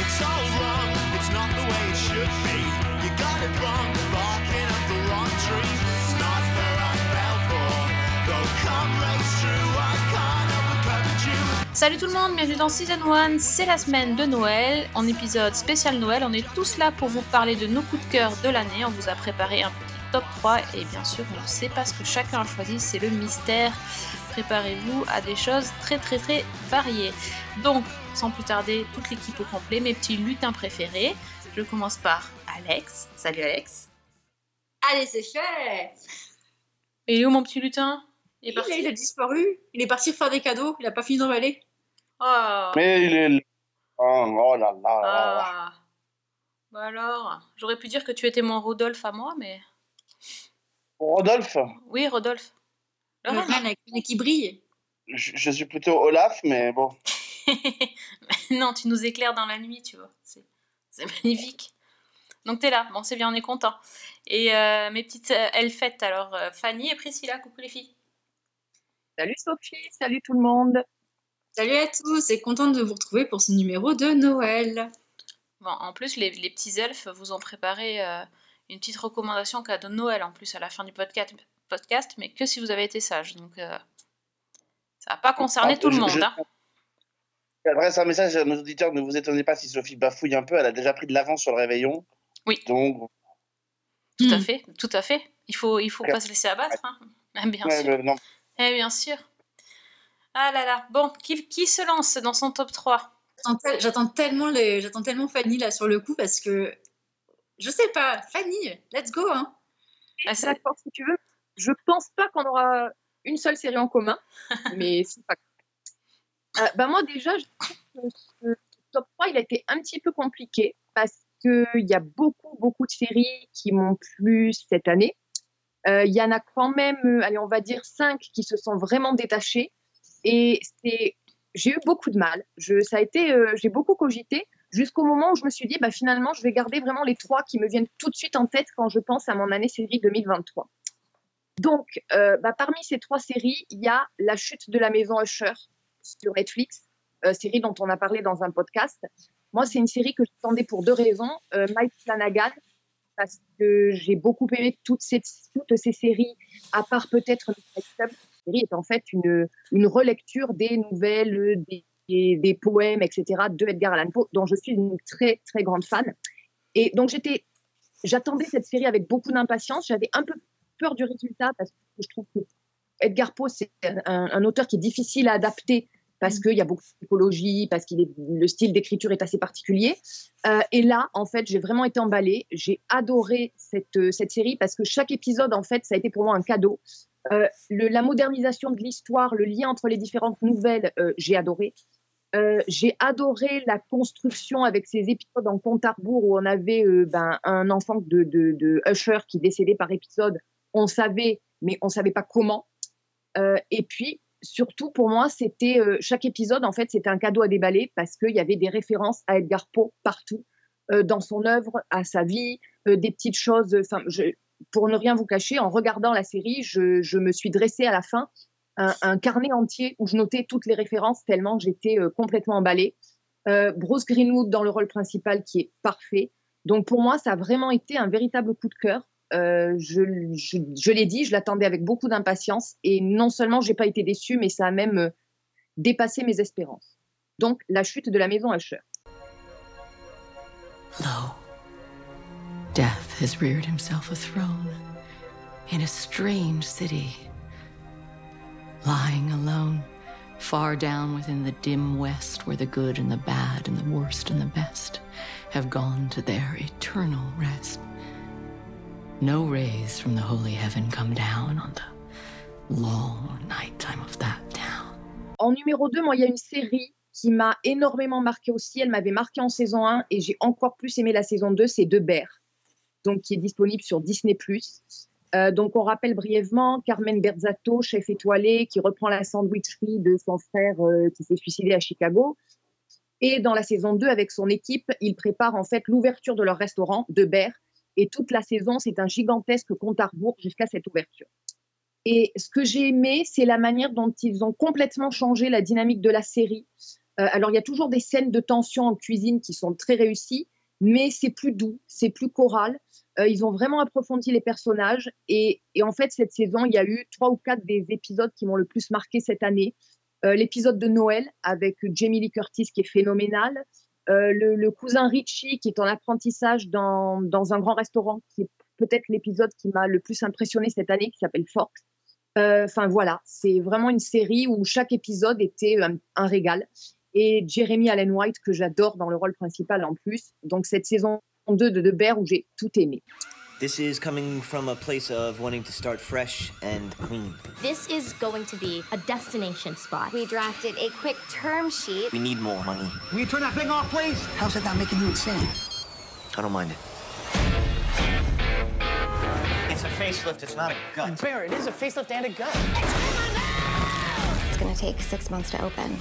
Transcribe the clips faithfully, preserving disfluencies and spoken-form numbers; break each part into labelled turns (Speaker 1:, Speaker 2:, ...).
Speaker 1: It's all wrong, it's not the way it should be. You got it wrong, barking up the wrong tree. It's not her I fell for, though come race true, I can't help but covet you.
Speaker 2: Salut tout le monde, bienvenue dans Season un, c'est la semaine de Noël, en épisode spécial Noël, on est tous là pour vous parler de nos coups de cœur de l'année, on vous a préparé un petit top trois et bien sûr on ne sait pas ce que chacun a choisi, c'est le mystère, préparez-vous à des choses très très très variées. Donc, sans plus tarder, toute l'équipe au complet, mes petits lutins préférés, je commence par Alex, salut Alex.
Speaker 3: Allez, c'est fait.
Speaker 2: Et il est où mon petit lutin? Il est
Speaker 3: Il,
Speaker 2: parti.
Speaker 3: il a disparu. Il est parti faire des cadeaux. Il a pas fini d'emballer.
Speaker 2: Oh.
Speaker 4: Mais il est là. Oh, oh là là là là.
Speaker 2: Ah. Bah alors, j'aurais pu dire que tu étais mon Rodolphe à moi, mais...
Speaker 4: Rodolphe,
Speaker 2: Oui, Rodolphe. Le
Speaker 3: Le
Speaker 2: reine.
Speaker 3: reine avec le nez qui brille.
Speaker 4: je, je suis plutôt Olaf, mais bon.
Speaker 2: Non, tu nous éclaires dans la nuit, tu vois. C'est, c'est magnifique. Donc t'es là, bon c'est bien, on est content. Et euh, mes petites euh, elfettes, alors euh, Fanny et Priscilla, coucou les filles.
Speaker 5: Salut Sophie, salut tout le monde.
Speaker 3: Salut à tous et contente de vous retrouver pour ce numéro de Noël.
Speaker 2: Bon, en plus, les, les petits elfes vous ont préparé euh, une petite recommandation cadeau de Noël en plus à la fin du podcast, podcast mais que si vous avez été sage. Donc euh, ça va pas concerner
Speaker 4: Ah,
Speaker 2: tout le
Speaker 4: je-
Speaker 2: monde.
Speaker 4: je-
Speaker 2: Hein.
Speaker 4: J'adresse un message à nos auditeurs, ne vous étonnez pas si Sophie bafouille un peu, elle a déjà pris de l'avance sur le réveillon.
Speaker 2: Oui.
Speaker 4: Donc,
Speaker 2: Tout à
Speaker 3: Hmm.
Speaker 2: fait, tout à fait. Il faut, il faut pas se laisser abattre. Hein. Ah, bien
Speaker 4: ouais,
Speaker 2: sûr.
Speaker 4: mais non.
Speaker 2: Eh bien sûr. Ah là là. Bon, qui, qui se lance dans son top trois?
Speaker 3: J'attends, tel- j'attends tellement les, j'attends tellement Fanny là sur le coup parce que je sais pas, Fanny, let's go hein.
Speaker 2: Ah, c'est-
Speaker 5: D'accord, si tu veux. Je pense pas qu'on aura une seule série en commun, mais c'est pas grave. Euh, bah moi déjà, je trouve que ce top trois, il a été un petit peu compliqué parce qu'il y a beaucoup, beaucoup de séries qui m'ont plu cette année. Euh, Il y en a quand même, euh, allez, on va dire cinq qui se sont vraiment détachées. Et c'est, j'ai eu beaucoup de mal. Je, ça a été, euh, j'ai beaucoup cogité jusqu'au moment où je me suis dit, bah, finalement, je vais garder vraiment les trois qui me viennent tout de suite en tête quand je pense à mon année série deux mille vingt-trois. Donc, euh, bah, parmi ces trois séries, il y a La chute de la maison Usher sur Netflix, euh, série dont on a parlé dans un podcast. Moi, c'est une série que j'attendais pour deux raisons. Euh, Mike Flanagan, parce que j'ai beaucoup aimé toutes ces, toutes ces séries, à part peut-être Midnight Club. La série est en fait une, une relecture des nouvelles, des, des, des poèmes, et cetera de Edgar Allan Poe, dont je suis une très, très grande fan. Et donc, j'étais, j'attendais cette série avec beaucoup d'impatience. J'avais un peu peur du résultat parce que je trouve que Edgar Poe, c'est un, un auteur qui est difficile à adapter parce qu'il y a beaucoup de psychologie, parce que le style d'écriture est assez particulier. Euh, et là, en fait, j'ai vraiment été emballée. J'ai adoré cette, euh, cette série parce que chaque épisode, en fait, ça a été pour moi un cadeau. Euh, le, la modernisation de l'histoire, le lien entre les différentes nouvelles, euh, j'ai adoré. Euh, j'ai adoré la construction avec ces épisodes en compte à rebours où on avait euh, ben, un enfant de, de, de Usher qui décédait par épisode. On savait, mais on ne savait pas comment. Euh, et puis, surtout, pour moi, c'était euh, chaque épisode, en fait, c'était un cadeau à déballer parce qu'il y avait des références à Edgar Poe partout, euh, dans son œuvre, à sa vie, euh, des petites choses. Enfin, je, pour ne rien vous cacher, en regardant la série, je, je me suis dressée à la fin un, un carnet entier où je notais toutes les références tellement j'étais euh, complètement emballée. Euh, Bruce Greenwood dans le rôle principal qui est parfait. Donc, pour moi, ça a vraiment été un véritable coup de cœur. Euh, je, je, je l'ai dit, je l'attendais avec beaucoup d'impatience et non seulement j'ai pas été déçue, mais ça a même euh, dépassé mes espérances. Donc, La chute de la maison Usher.
Speaker 6: Lo, death has reared himself a throne in a strange city, lying alone, far down within the dim west where the good and the bad and the worst and the best have gone to their eternal rest. No rays from the holy heaven come down on the long nighttime of that town.
Speaker 5: En numéro deux, moi, il y a une série qui m'a énormément marquée aussi. Elle m'avait marquée en saison un et j'ai encore plus aimé la saison deux, c'est De Bear, donc qui est disponible sur Disney plus. Euh, donc, on rappelle brièvement Carmen Berzatto, chef étoilé, qui reprend la sandwicherie de son frère euh, qui s'est suicidé à Chicago. Et dans la saison deux, avec son équipe, il prépare en fait l'ouverture de leur restaurant, De Bear. Et toute la saison, c'est un gigantesque compte à rebours jusqu'à cette ouverture. Et ce que j'ai aimé, c'est la manière dont ils ont complètement changé la dynamique de la série. Euh, alors, il y a toujours des scènes de tension en cuisine qui sont très réussies, mais c'est plus doux, c'est plus choral. Euh, ils ont vraiment approfondi les personnages. Et, et en fait, cette saison, il y a eu trois ou quatre des épisodes qui m'ont le plus marqué cette année. Euh, l'épisode de Noël avec Jamie Lee Curtis qui est phénoménal. Euh, le, le cousin Richie qui est en apprentissage dans, dans un grand restaurant, qui est peut-être l'épisode qui m'a le plus impressionné cette année, qui s'appelle Forks. Enfin euh, voilà, c'est vraiment une série où chaque épisode était un, un régal. Et Jeremy Allen White, que j'adore dans le rôle principal en plus. Donc cette saison deux de The Bear où j'ai tout aimé.
Speaker 7: This is coming from a place of wanting to start fresh and clean.
Speaker 8: This is going to be a destination spot. We drafted a quick term sheet.
Speaker 7: We need more money.
Speaker 9: Will you turn that thing off, please? How's it not making you insane?
Speaker 7: I don't mind it.
Speaker 9: It's a facelift, it's not a gut. Bear, it is a facelift and a gut.
Speaker 8: It's gonna take six months to open.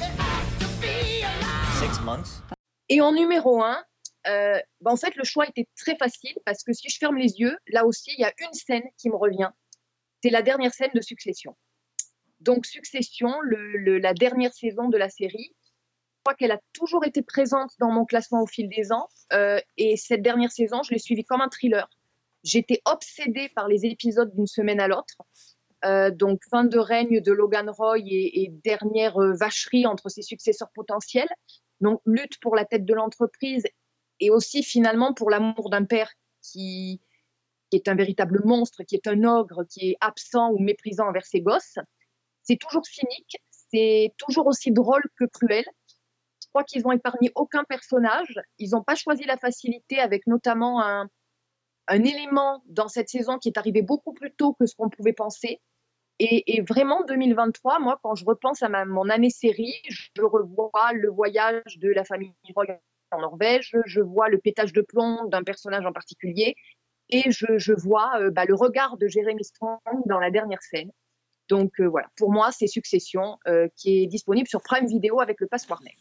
Speaker 7: Six months?
Speaker 5: Et en numéro un, Euh, bah en fait, le choix était très facile parce que si je ferme les yeux, là aussi, il y a une scène qui me revient. C'est la dernière scène de Succession. Donc, Succession, le, le, la dernière saison de la série, je crois qu'elle a toujours été présente dans mon classement au fil des ans. Euh, et cette dernière saison, je l'ai suivie comme un thriller. J'étais obsédée par les épisodes d'une semaine à l'autre. Euh, donc, fin de règne de Logan Roy et, et dernière euh, vacherie entre ses successeurs potentiels. Donc, lutte pour la tête de l'entreprise et aussi finalement pour l'amour d'un père qui, qui est un véritable monstre, qui est un ogre, qui est absent ou méprisant envers ses gosses. C'est toujours cynique, c'est toujours aussi drôle que cruel. Je crois qu'ils n'ont épargné aucun personnage. Ils n'ont pas choisi la facilité avec notamment un, un élément dans cette saison qui est arrivé beaucoup plus tôt que ce qu'on pouvait penser. Et, et vraiment, deux mille vingt-trois, moi, quand je repense à ma, mon année série, je revois le voyage de la famille Roy en Norvège, je vois le pétage de plomb d'un personnage en particulier et je, je vois euh, bah, le regard de Jeremy Strong dans la dernière scène. Donc euh, voilà, pour moi, c'est Succession euh, qui est disponible sur Prime Video avec le pass Warner.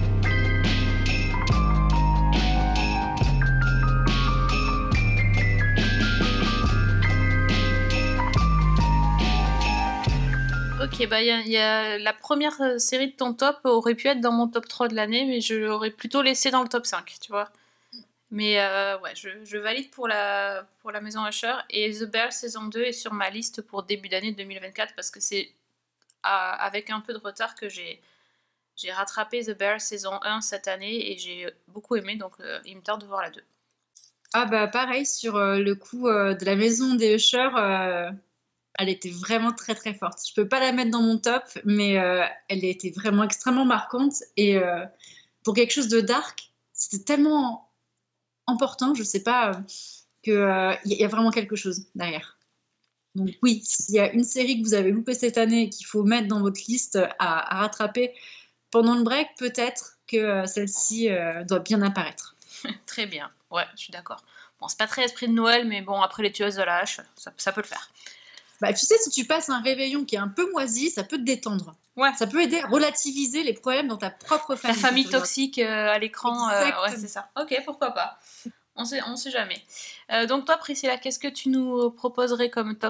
Speaker 2: Ok, bah il y, y a la première série de ton top aurait pu être dans mon top trois de l'année, mais je l'aurais plutôt laissé dans le top cinq, tu vois. Mais euh, ouais, je, je valide pour la, pour la Maison Usher, et The Bear saison deux est sur ma liste pour début d'année deux mille vingt-quatre, parce que c'est à, avec un peu de retard que j'ai, j'ai rattrapé The Bear saison un cette année, et j'ai beaucoup aimé, donc euh, il me tarde de voir la deux.
Speaker 3: Ah bah pareil, sur euh, le coup euh, de la Maison des Usher, euh, elle était vraiment très très forte. Je peux pas la mettre dans mon top, mais euh, elle était vraiment extrêmement marquante, et euh, pour quelque chose de dark, c'était tellement important, je sais pas, qu'il euh, y a vraiment quelque chose derrière. Donc oui, s'il y a une série que vous avez loupée cette année et qu'il faut mettre dans votre liste à, à rattraper pendant le break, peut-être que euh, celle-ci euh, doit bien apparaître.
Speaker 2: Très bien, ouais, je suis d'accord. Bon, c'est pas très esprit de Noël, mais bon, après les tueuses de la hache, ça, ça peut le faire.
Speaker 3: Bah, tu sais, si tu passes un réveillon qui est un peu moisi, ça peut te détendre.
Speaker 2: Ouais.
Speaker 3: Ça peut aider à relativiser les problèmes dans ta propre famille.
Speaker 2: La famille toxique euh, à l'écran, euh, ouais, c'est ça. Ok, pourquoi pas. On sait, on sait jamais. Euh, donc toi, Priscilla, qu'est-ce que tu nous proposerais comme top ?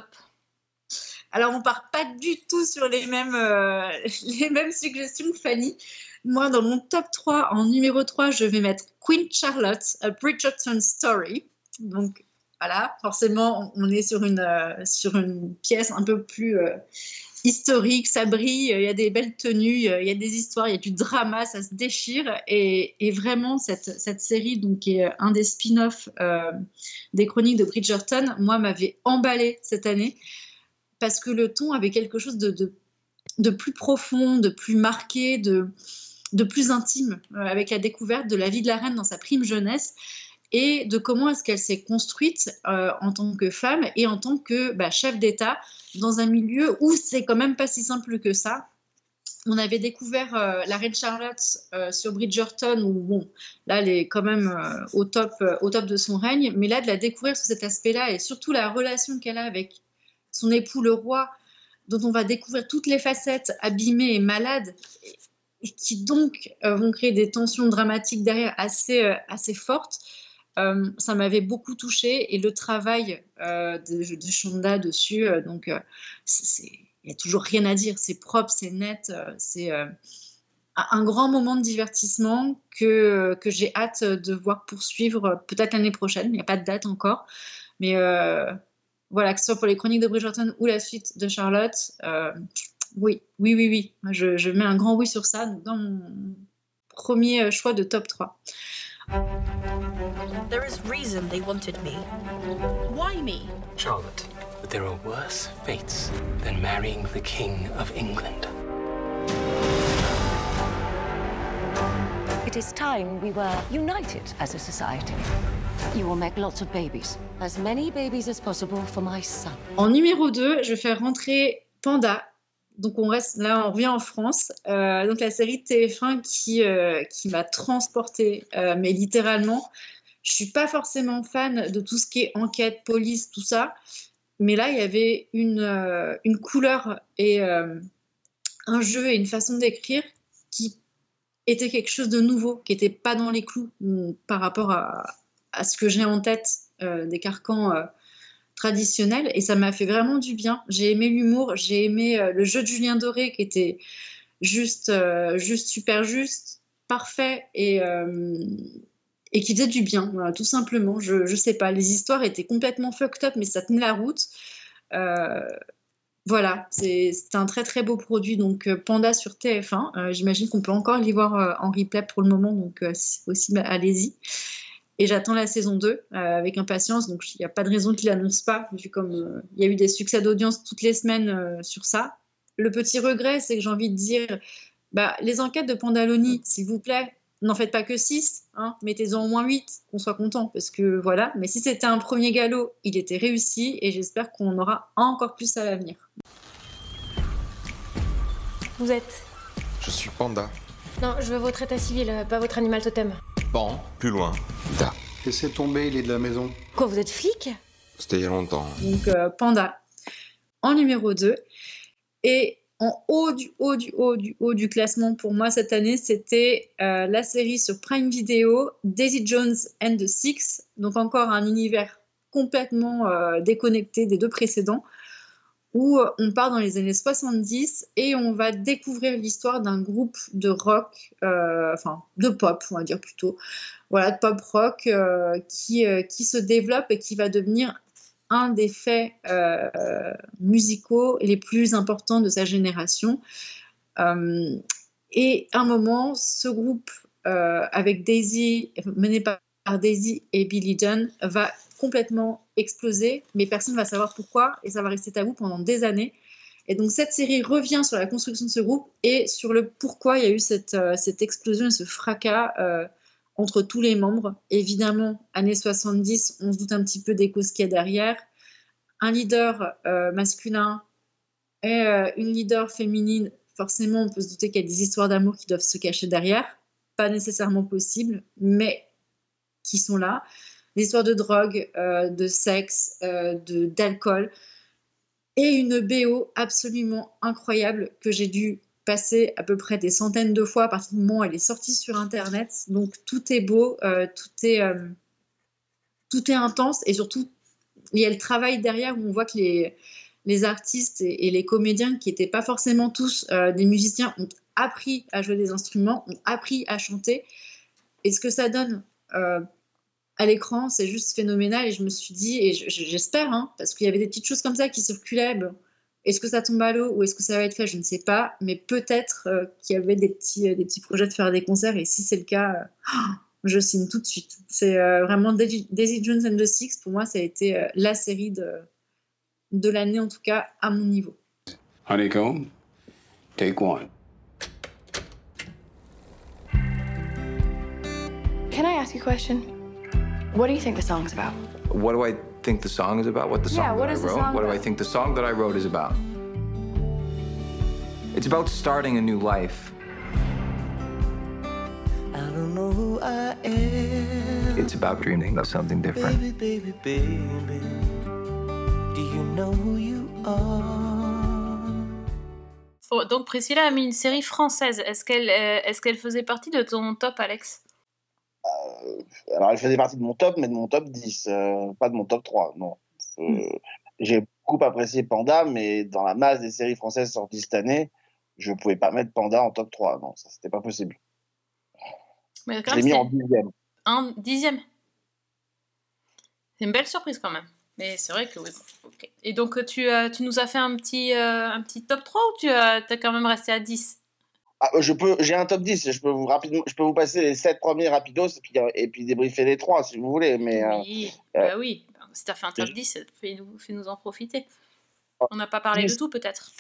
Speaker 3: Alors, on part pas du tout sur les mêmes, euh, les mêmes suggestions que Fanny. Moi, dans mon top trois, en numéro trois, je vais mettre Queen Charlotte, A Bridgerton Story. Donc, voilà, forcément, on est sur une, euh, sur une pièce un peu plus euh, historique, ça brille, il y a des belles tenues, il y a des histoires, il y a du drama, ça se déchire. Et, et vraiment, cette, cette série, donc, qui est un des spin-offs euh, des chroniques de Bridgerton, moi, m'avait emballée cette année parce que le ton avait quelque chose de, de, de plus profond, de plus marqué, de, de plus intime, euh, avec la découverte de la vie de la reine dans sa prime jeunesse, et de comment est-ce qu'elle s'est construite euh, en tant que femme et en tant que bah, chef d'État dans un milieu où c'est quand même pas si simple que ça. On avait découvert euh, la reine Charlotte euh, sur Bridgerton, où bon, là elle est quand même euh, au, top, euh, au top de son règne, mais là de la découvrir sous cet aspect-là, et surtout la relation qu'elle a avec son époux le roi, dont on va découvrir toutes les facettes abîmées et malades, et qui donc euh, vont créer des tensions dramatiques derrière assez, euh, assez fortes. Euh, ça m'avait beaucoup touchée, et le travail euh, de, de Shonda dessus, euh, donc il n'y a toujours rien à dire, c'est propre, c'est net, euh, c'est euh, un grand moment de divertissement que, que j'ai hâte de voir poursuivre peut-être l'année prochaine. Il n'y a pas de date encore. Mais euh, voilà, que ce soit pour les Chroniques de Bridgerton ou la suite de Charlotte, euh, oui, oui, oui, oui. Je, je mets un grand oui sur ça dans mon premier choix de top trois.
Speaker 10: There is reason they wanted me. Why me?
Speaker 11: Charlotte, but there are worse fates than marrying the King of England.
Speaker 12: It is time we were united as a society. You will make lots of babies. As many babies as possible for my son.
Speaker 3: En numéro deux, je vais faire rentrer Panda. Donc on reste là, on revient en France. Euh, donc la série de T F un qui, euh, qui m'a transportée, euh, mais littéralement. Je suis pas forcément fan de tout ce qui est enquête, police, tout ça. Mais là, il y avait une, euh, une couleur et euh, un jeu et une façon d'écrire qui était quelque chose de nouveau, qui n'était pas dans les clous mm, par rapport à, à ce que j'ai en tête euh, des carcans euh, traditionnels. Et ça m'a fait vraiment du bien. J'ai aimé l'humour, j'ai aimé euh, le jeu de Julien Doré qui était juste, euh, juste super juste, parfait et, euh, et qui faisait du bien, voilà, tout simplement. Je, je sais pas, les histoires étaient complètement fucked up, mais ça tenait la route. Euh, Voilà, c'est, c'est un très très beau produit, donc euh, Panda sur T F un. Euh, j'imagine qu'on peut encore l'y voir euh, en replay pour le moment, donc euh, aussi bah, allez-y. Et j'attends la saison deux euh, avec impatience, donc il n'y a pas de raison qu'il l'annonce pas, vu comme euh, il y a eu des succès d'audience toutes les semaines euh, sur ça. Le petit regret, c'est que j'ai envie de dire, bah, les enquêtes de Pandaloni, s'il vous plaît, n'en faites pas que six, hein, mettez-en au moins huit, qu'on soit content, parce que voilà. Mais si c'était un premier galop, il était réussi, et j'espère qu'on en aura encore plus à l'avenir.
Speaker 13: Vous êtes?
Speaker 14: Je suis Panda.
Speaker 13: Non, je veux votre état civil, pas votre animal totem.
Speaker 14: Pan, plus loin. Da.
Speaker 15: Laissez tomber, il est de la maison.
Speaker 13: Quoi, vous êtes flic?
Speaker 14: C'était il y a longtemps.
Speaker 3: Donc euh, Panda en numéro deux. Et en haut du haut du haut du haut du classement pour moi cette année, c'était euh, la série sur Prime Video, Daisy Jones and the Six. Donc encore un univers complètement euh, déconnecté des deux précédents, où on part dans les années soixante-dix et on va découvrir l'histoire d'un groupe de rock, euh, enfin de pop, on va dire plutôt, voilà, de pop rock euh, qui, euh, qui se développe et qui va devenir un des faits euh, musicaux les plus importants de sa génération. Euh, et à un moment, ce groupe, euh, avec Daisy, mené par Daisy et Billy Dunn, va complètement exploser, mais personne ne va savoir pourquoi, et ça va rester tabou pendant des années. Et donc cette série revient sur la construction de ce groupe et sur le pourquoi il y a eu cette, euh, cette explosion et ce fracas euh, entre tous les membres. Évidemment, années soixante-dix, on se doute un petit peu des causes qu'il y a derrière. Un leader euh, masculin et euh, une leader féminine, forcément, on peut se douter qu'il y a des histoires d'amour qui doivent se cacher derrière. Pas nécessairement possible, mais qui sont là. Des histoires de drogue, euh, de sexe, euh, de, d'alcool. Et une B O absolument incroyable que j'ai dû passer à peu près des centaines de fois à partir du moment où elle est sortie sur Internet. Donc tout est beau, euh, tout est, euh, tout est intense et surtout il y a le travail derrière où on voit que les, les artistes et, et les comédiens qui n'étaient pas forcément tous euh, des musiciens ont appris à jouer des instruments, ont appris à chanter. Et ce que ça donne euh, à l'écran, c'est juste phénoménal. Et je me suis dit, et j'espère, hein, parce qu'il y avait des petites choses comme ça qui circulaient. Bon, est-ce que ça tombe à l'eau ou est-ce que ça va être fait? Je ne sais pas. Mais peut-être euh, qu'il y avait des petits, euh, des petits projets de faire des concerts. Et si c'est le cas, euh, je signe tout de suite. C'est euh, vraiment Daisy, Daisy Jones and the Six. Pour moi, ça a été euh, la série de, de l'année, en tout cas, à mon niveau.
Speaker 15: Honeycomb, take one.
Speaker 16: Can I ask you a question? What do you think the song's about?
Speaker 17: What do I think the song is about? What the song
Speaker 16: Yeah, what
Speaker 17: that
Speaker 16: is
Speaker 17: I
Speaker 16: the
Speaker 17: wrote?
Speaker 16: song
Speaker 17: What do I
Speaker 16: about?
Speaker 17: think the song that I wrote is about? It's about starting a new life.
Speaker 1: I don't know who I am.
Speaker 17: It's about dreaming of something different.
Speaker 1: Baby, baby, baby. Do you know who you are?
Speaker 2: Oh, donc Priscilla a mis une série française. Est-ce qu'elle, euh, est-ce qu'elle faisait partie de ton top, Alex?
Speaker 4: Euh, alors, elle faisait partie de mon top, mais de mon top dix, euh, pas de mon top trois, non. Euh, mm. J'ai beaucoup apprécié Panda, mais dans la masse des séries françaises sorties cette année, je pouvais pas mettre Panda en top trois. Non, ça, c'était pas possible.
Speaker 2: Mais quand
Speaker 4: Je
Speaker 2: même,
Speaker 4: l'ai mis
Speaker 2: c'est
Speaker 4: en dixième.
Speaker 2: un dixième. C'est une belle surprise quand même. Mais c'est vrai que oui. Okay. Et donc, tu, euh, tu nous as fait un petit, euh, un petit top trois ou tu as quand même resté à dix?
Speaker 4: Ah, je peux, j'ai un top dix, je peux vous, rapidement, je peux vous passer les sept premiers rapidos et puis, et puis débriefer les trois si vous voulez. Mais,
Speaker 2: oui, euh, bah oui. Si tu as fait un top je... dix, fais-nous, fais-nous en profiter. On n'a pas parlé dix. De tout peut-être.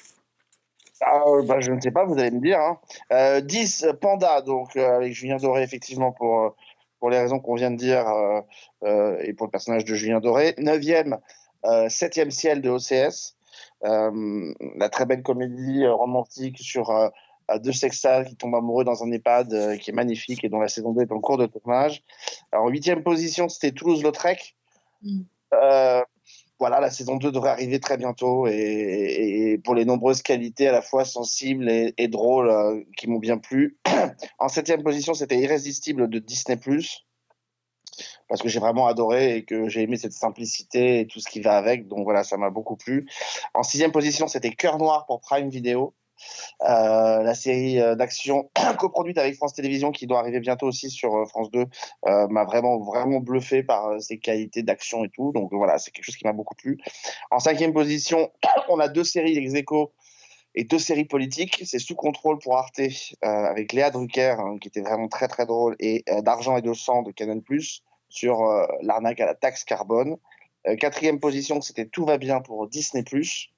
Speaker 4: Ah, bah, je ne sais pas, vous allez me dire. Hein. Euh, dix, Panda, donc euh, avec Julien Doré, effectivement, pour, pour les raisons qu'on vient de dire, euh, euh, et pour le personnage de Julien Doré. neuvième, euh, septième ciel de O C S, euh, la très belle comédie euh, romantique sur euh, deux sextas qui tombent amoureux dans un EHPAD, euh, qui est magnifique et dont la saison deux est en cours de tournage. Alors, en huitième position, c'était Toulouse-Lautrec. Mm. Euh, Voilà, la saison deux devrait arriver très bientôt et, et pour les nombreuses qualités à la fois sensibles et, et drôles euh, qui m'ont bien plu. En septième position, c'était Irrésistible de Disney plus, parce que j'ai vraiment adoré et que j'ai aimé cette simplicité et tout ce qui va avec. Donc voilà, ça m'a beaucoup plu. En sixième position, c'était Cœur Noir pour Prime Video. Euh, la série euh, d'action coproduite avec France Télévisions qui doit arriver bientôt aussi sur euh, France deux euh, m'a vraiment vraiment bluffé par euh, ses qualités d'action et tout, donc voilà, c'est quelque chose qui m'a beaucoup plu. En cinquième position, on a deux séries ex-aequo et deux séries politiques. C'est Sous contrôle pour Arte euh, avec Léa Drucker hein, qui était vraiment très très drôle, et euh, D'argent et de sang de Canal plus sur euh, l'arnaque à la taxe carbone. Euh, quatrième position, c'était Tout va bien pour Disney plus.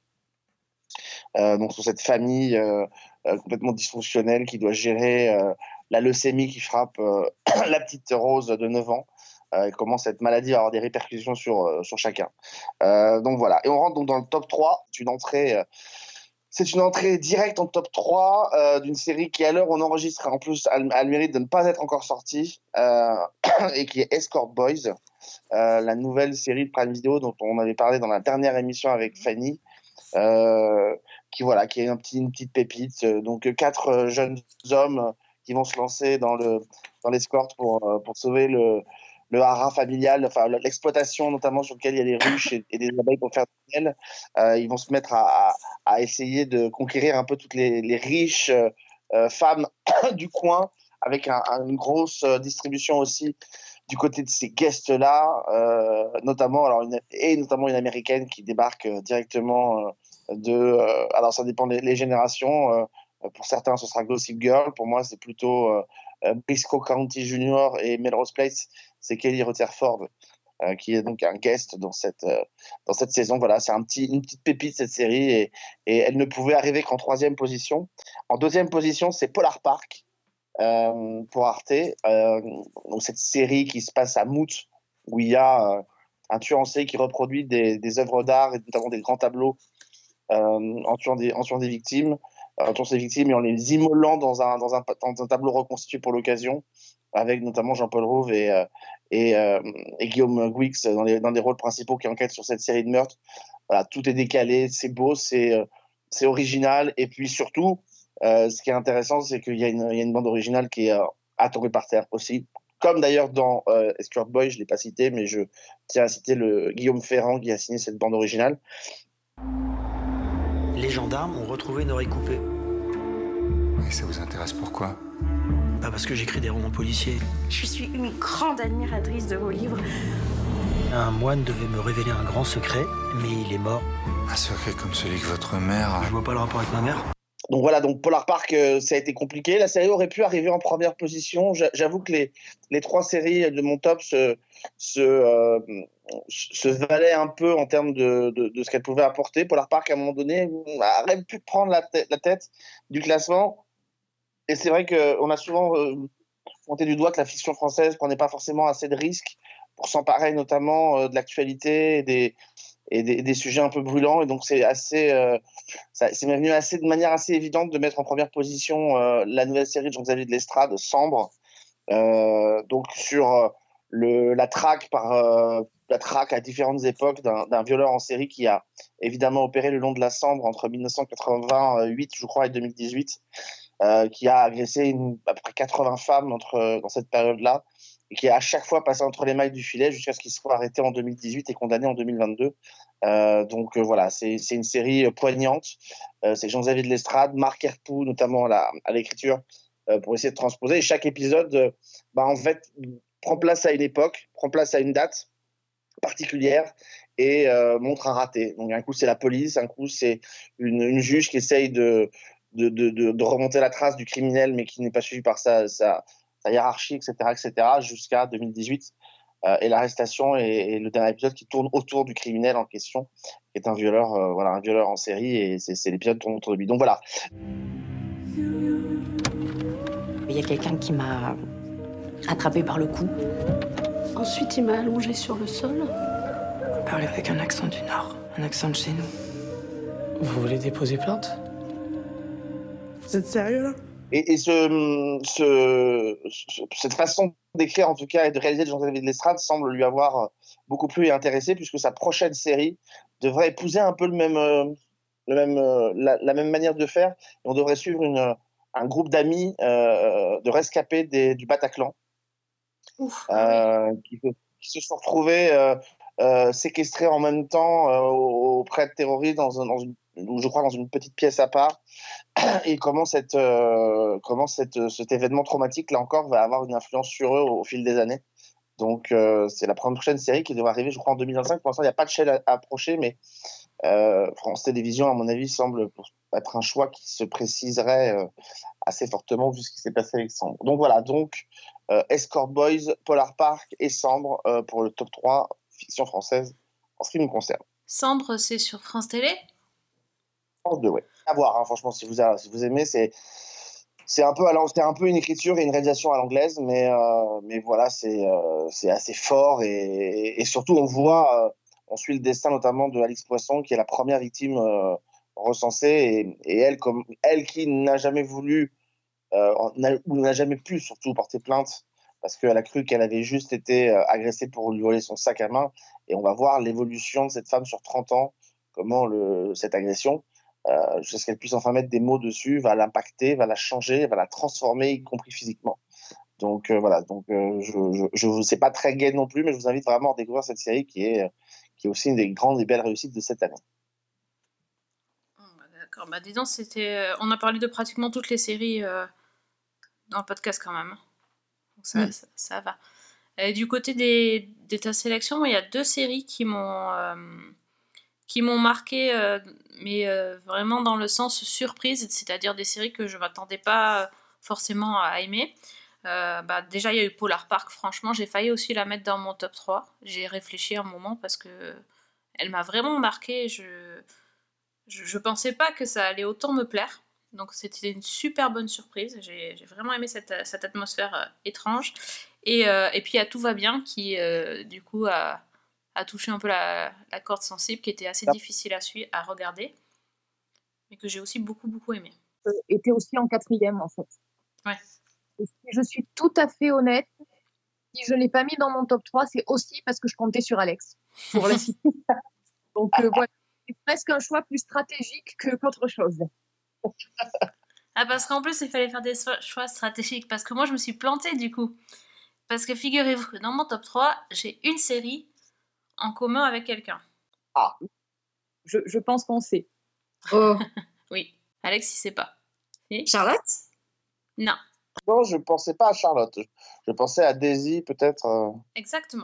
Speaker 4: Euh, donc sur cette famille euh, euh, complètement dysfonctionnelle qui doit gérer euh, la leucémie qui frappe euh, la petite Rose de neuf ans euh, et comment cette maladie va avoir des répercussions sur, euh, sur chacun. Euh, donc voilà, et on rentre donc dans le top trois. C'est une entrée, euh, c'est une entrée directe en top trois euh, d'une série qui, à l'heure où on enregistre, en plus a, a le mérite de ne pas être encore sortie euh, et qui est Escort Boys, euh, la nouvelle série de Prime Video dont on avait parlé dans la dernière émission avec Fanny. Euh, qui voilà, qui est un petit, une petite pépite. Donc quatre euh, jeunes hommes euh, qui vont se lancer dans le dans l'escorte pour euh, pour sauver le le haras familial, enfin l'exploitation notamment sur lequel il y a des ruches et, et des abeilles pour faire du miel. Euh, ils vont se mettre à, à, à essayer de conquérir un peu toutes les, les riches euh, femmes du coin, avec un, un, une grosse distribution aussi du côté de ces guests-là, euh, notamment, alors une, et notamment une américaine qui débarque euh, directement euh, de... Euh, alors, ça dépend des les générations. Euh, pour certains, ce sera Gossip Girl. Pour moi, c'est plutôt euh, Briscoe County Junior et Melrose Place. C'est Kelly Rutherford, euh, qui est donc un guest dans cette, euh, dans cette saison. Voilà, c'est un petit, une petite pépite, cette série. Et, et elle ne pouvait arriver qu'en troisième position. En deuxième position, c'est Polar Park. Euh, pour Arte, euh, donc cette série qui se passe à Mout, où il y a euh, un tueur en série qui reproduit des, des œuvres d'art et notamment des grands tableaux euh, en, tuant des, en tuant des victimes, euh, en tuant ces victimes et en les immolant dans un, dans un, dans un tableau reconstitué pour l'occasion, avec notamment Jean-Paul Rouve et, euh, et, euh, et Guillaume Gouix dans, les, dans des rôles principaux qui enquêtent sur cette série de meurtres. Voilà, tout est décalé, c'est beau, c'est, euh, c'est original, et puis surtout, Euh, ce qui est intéressant, c'est qu'il y a une, il y a une bande originale qui est euh, à tomber par terre aussi. Comme d'ailleurs dans euh, Escort Boy, je ne l'ai pas cité, mais je tiens à citer le Guillaume Ferrand qui a signé cette bande originale.
Speaker 18: Les gendarmes ont retrouvé une oreille coupée.
Speaker 15: Et ça vous intéresse pourquoi?
Speaker 18: Bah parce que j'écris des romans policiers.
Speaker 10: Je suis une grande admiratrice de vos livres.
Speaker 18: Un moine devait me révéler un grand secret, mais il est mort.
Speaker 15: Un secret comme celui que votre mère...
Speaker 18: Je vois pas le rapport avec ma mère.
Speaker 4: Donc voilà, donc Polar Park, euh, ça a été compliqué. La série aurait pu arriver en première position. J'avoue que les, les trois séries de mon top se, se, euh, se valaient un peu en termes de, de, de ce qu'elles pouvaient apporter. Polar Park, à un moment donné, aurait pu prendre la, la tête du classement. Et c'est vrai qu'on a souvent euh, pointé du doigt que la fiction française prenait pas forcément assez de risques pour s'emparer notamment euh, de l'actualité et des... et des, des sujets un peu brûlants, et donc c'est assez, euh, ça, c'est venu assez, de manière assez évidente de mettre en première position euh, la nouvelle série de Jean-Xavier de Lestrade, Sambre, euh, donc sur le, la traque par euh, la traque à différentes époques d'un, d'un violeur en série qui a évidemment opéré le long de la Sambre entre dix-neuf cent quatre-vingt-huit, je crois, et deux mille dix-huit, euh, qui a agressé une, à peu près quatre-vingts femmes entre, dans cette période-là, et qui est à chaque fois passé entre les mailles du filet jusqu'à ce qu'il soit arrêté en deux mille dix-huit et condamné en deux mille vingt-deux. Euh, donc euh, voilà, c'est, c'est une série euh, poignante. Euh, c'est Jean-Xavier de Lestrade, Marc Herpoux notamment à, la, à l'écriture euh, pour essayer de transposer. Et chaque épisode, euh, bah, en fait, prend place à une époque, prend place à une date particulière et euh, montre un raté. Donc un coup c'est la police, un coup c'est une, une juge qui essaye de de, de, de de remonter la trace du criminel mais qui n'est pas suivi par sa, sa, sa hiérarchie, et cetera, et cetera, jusqu'à deux mille dix-huit euh, et l'arrestation et, et le dernier épisode qui tourne autour du criminel en question, qui est un violeur, euh, voilà, un violeur en série, et c'est, c'est l'épisode qui tourne autour de lui. Donc voilà.
Speaker 19: Il y a quelqu'un qui m'a attrapé par le cou.
Speaker 10: Ensuite, il m'a allongé sur le sol.
Speaker 19: Vous parlez avec un accent du Nord, un accent de chez nous.
Speaker 18: Vous voulez déposer plainte?
Speaker 20: Vous êtes sérieux là?
Speaker 4: Et, et ce, ce, ce, cette façon d'écrire, en tout cas, et de réaliser de Jean-Xavier de Lestrade semble lui avoir beaucoup plu et intéressé, puisque sa prochaine série devrait épouser un peu le même, euh, le même, euh, la, la même manière de faire. Et on devrait suivre une, un groupe d'amis euh, de rescapés des, du Bataclan, Ouf, euh, qui, qui se sont retrouvés euh, euh, séquestrés en même temps euh, auprès de terroristes dans, un, dans une, je crois dans une petite pièce à part. Et comment, cette, euh, comment cette, cet événement traumatique, là encore, va avoir une influence sur eux au, au fil des années. Donc, euh, c'est la prochaine série qui devrait arriver, je crois, en deux mille vingt-cinq. Pour l'instant, il n'y a pas de chaîne à, à approcher, mais euh, France Télévisions, à mon avis, semble être un choix qui se préciserait euh, assez fortement vu ce qui s'est passé avec Sambre. Donc voilà, donc euh, Escort Boys, Polar Park et Sambre euh, pour le top trois fiction française en ce qui me concerne.
Speaker 2: Sambre, c'est sur France Télé ?
Speaker 4: France deux, ouais. À voir, hein, franchement, si vous, a, si vous aimez, c'est, c'est, un peu, alors, c'est un peu une écriture et une réalisation à l'anglaise, mais, euh, mais voilà, c'est, euh, c'est assez fort et, et surtout, on voit, euh, on suit le destin notamment de Alix Poisson, qui est la première victime euh, recensée, et, et elle, comme, elle qui n'a jamais voulu, euh, n'a, ou n'a jamais pu surtout porter plainte, parce qu'elle a cru qu'elle avait juste été euh, agressée pour lui voler son sac à main, et on va voir l'évolution de cette femme sur trente ans, comment le, cette agression, Euh, jusqu'à ce qu'elle puisse enfin mettre des mots dessus, va l'impacter, va la changer, va la transformer, y compris physiquement. Donc euh, voilà, donc euh, je, je, je c'est pas très gai non plus, mais je vous invite vraiment à découvrir cette série qui est qui est aussi une des grandes et belles réussites de cette année.
Speaker 2: D'accord, bah dis donc, c'était, on a parlé de pratiquement toutes les séries euh, dans le podcast quand même. Donc ça, mmh. ça, ça va. Et du côté des, de ta sélection, il y a deux séries qui m'ont euh, qui m'ont marqué, euh, mais euh, vraiment dans le sens surprise, c'est-à-dire des séries que je ne m'attendais pas forcément à aimer. Euh, bah, déjà, il y a eu Polar Park, franchement, j'ai failli aussi la mettre dans mon top trois. J'ai réfléchi un moment parce que elle m'a vraiment marqué. Je ne pensais pas que ça allait autant me plaire. Donc c'était une super bonne surprise. J'ai, j'ai vraiment aimé cette, cette atmosphère euh, étrange. Et, euh, et puis il y a Tout va bien qui, euh, du coup, a... a touché un peu la, la corde sensible qui était assez ah. difficile à suivre, à regarder, mais que j'ai aussi beaucoup, beaucoup aimé.
Speaker 5: Euh, était aussi en quatrième, en fait.
Speaker 2: Ouais.
Speaker 5: Et si je suis tout à fait honnête, si je ne l'ai pas mis dans mon top trois, c'est aussi parce que je comptais sur Alex, pour la citer. Donc euh, voilà, c'est presque un choix plus stratégique que, qu'autre chose.
Speaker 2: Ah, parce qu'en plus, il fallait faire des choix stratégiques, parce que moi, je me suis plantée, du coup. Parce que figurez-vous que dans mon top trois, j'ai une série en commun avec quelqu'un.
Speaker 5: Ah, je, je pense qu'on sait.
Speaker 3: Oh.
Speaker 2: Oui, Alex, il sait pas.
Speaker 3: Et Charlotte?
Speaker 2: Non.
Speaker 4: Non, je pensais pas à Charlotte. Je, je pensais à Daisy, peut-être. Euh...
Speaker 2: Exactement.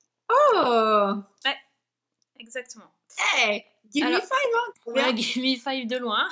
Speaker 3: Oh.
Speaker 2: Ouais, exactement.
Speaker 3: Hey, give Alors, me five, hein.
Speaker 2: Ouais, give me five de loin.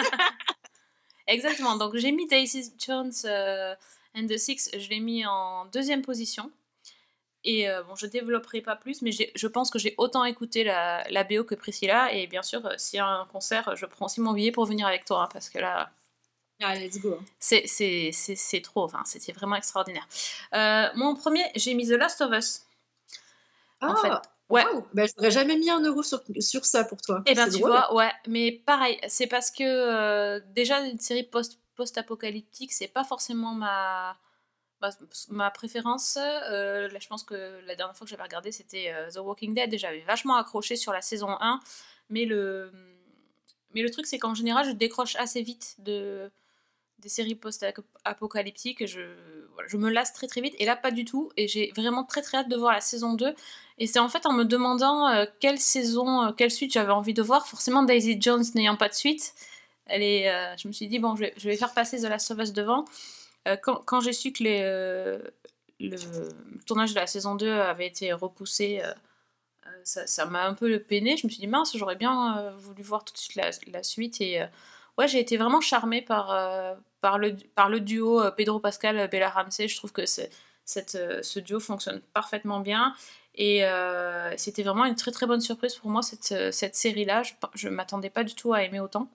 Speaker 2: Exactement. Donc j'ai mis Daisy Jones euh, and the Six. Je l'ai mis en deuxième position. Et euh, bon, je développerai pas plus, mais j'ai, je pense que j'ai autant écouté la, la B O que Priscilla. Et bien sûr, euh, s'il y a un concert, je prends aussi mon billet pour venir avec toi, hein, parce que là,
Speaker 3: ah, let's go.
Speaker 2: C'est, c'est, c'est, c'est trop, enfin, c'était vraiment extraordinaire. Euh, mon premier, j'ai mis The Last of Us.
Speaker 3: Ah,
Speaker 2: en fait. Ouais.
Speaker 3: Wow. Ben, je n'aurais jamais mis un euro sur, sur ça pour toi.
Speaker 2: Eh ben,
Speaker 3: c'est
Speaker 2: tu
Speaker 3: drôle.
Speaker 2: vois, ouais, mais pareil, c'est parce que euh, déjà, une série post, post-apocalyptique, c'est pas forcément ma. Bah, ma préférence, euh, là, je pense que la dernière fois que j'avais regardé c'était euh, The Walking Dead et j'avais vachement accroché sur la saison un, mais le, mais le truc c'est qu'en général je décroche assez vite de, des séries post-apocalyptiques, je, voilà, je me lasse très très vite, et là pas du tout, et j'ai vraiment très très hâte de voir la saison deux, et c'est en fait en me demandant euh, quelle saison, euh, quelle suite j'avais envie de voir, forcément Daisy Jones n'ayant pas de suite, elle est, euh, je me suis dit bon je vais, je vais faire passer The Last of Us devant, euh, quand, quand j'ai su que les, euh, le, le tournage de la saison deux avait été repoussé, euh, ça, ça m'a un peu peiné, je me suis dit mince, j'aurais bien euh, voulu voir tout de suite la, la suite, et euh, ouais, j'ai été vraiment charmée par, euh, par, le, par le duo euh, Pedro Pascal, Bella Ramsey. Je trouve que c'est, cette, euh, ce duo fonctionne parfaitement bien. Et euh, c'était vraiment une très très bonne surprise pour moi, cette, cette série-là. Je ne m'attendais pas du tout à aimer autant.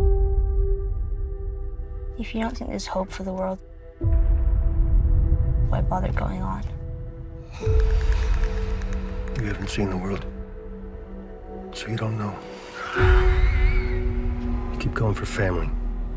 Speaker 21: If you don't think there's hope for the world, why bother going on?
Speaker 22: You haven't seen the world, so you don't know. Keep going for family.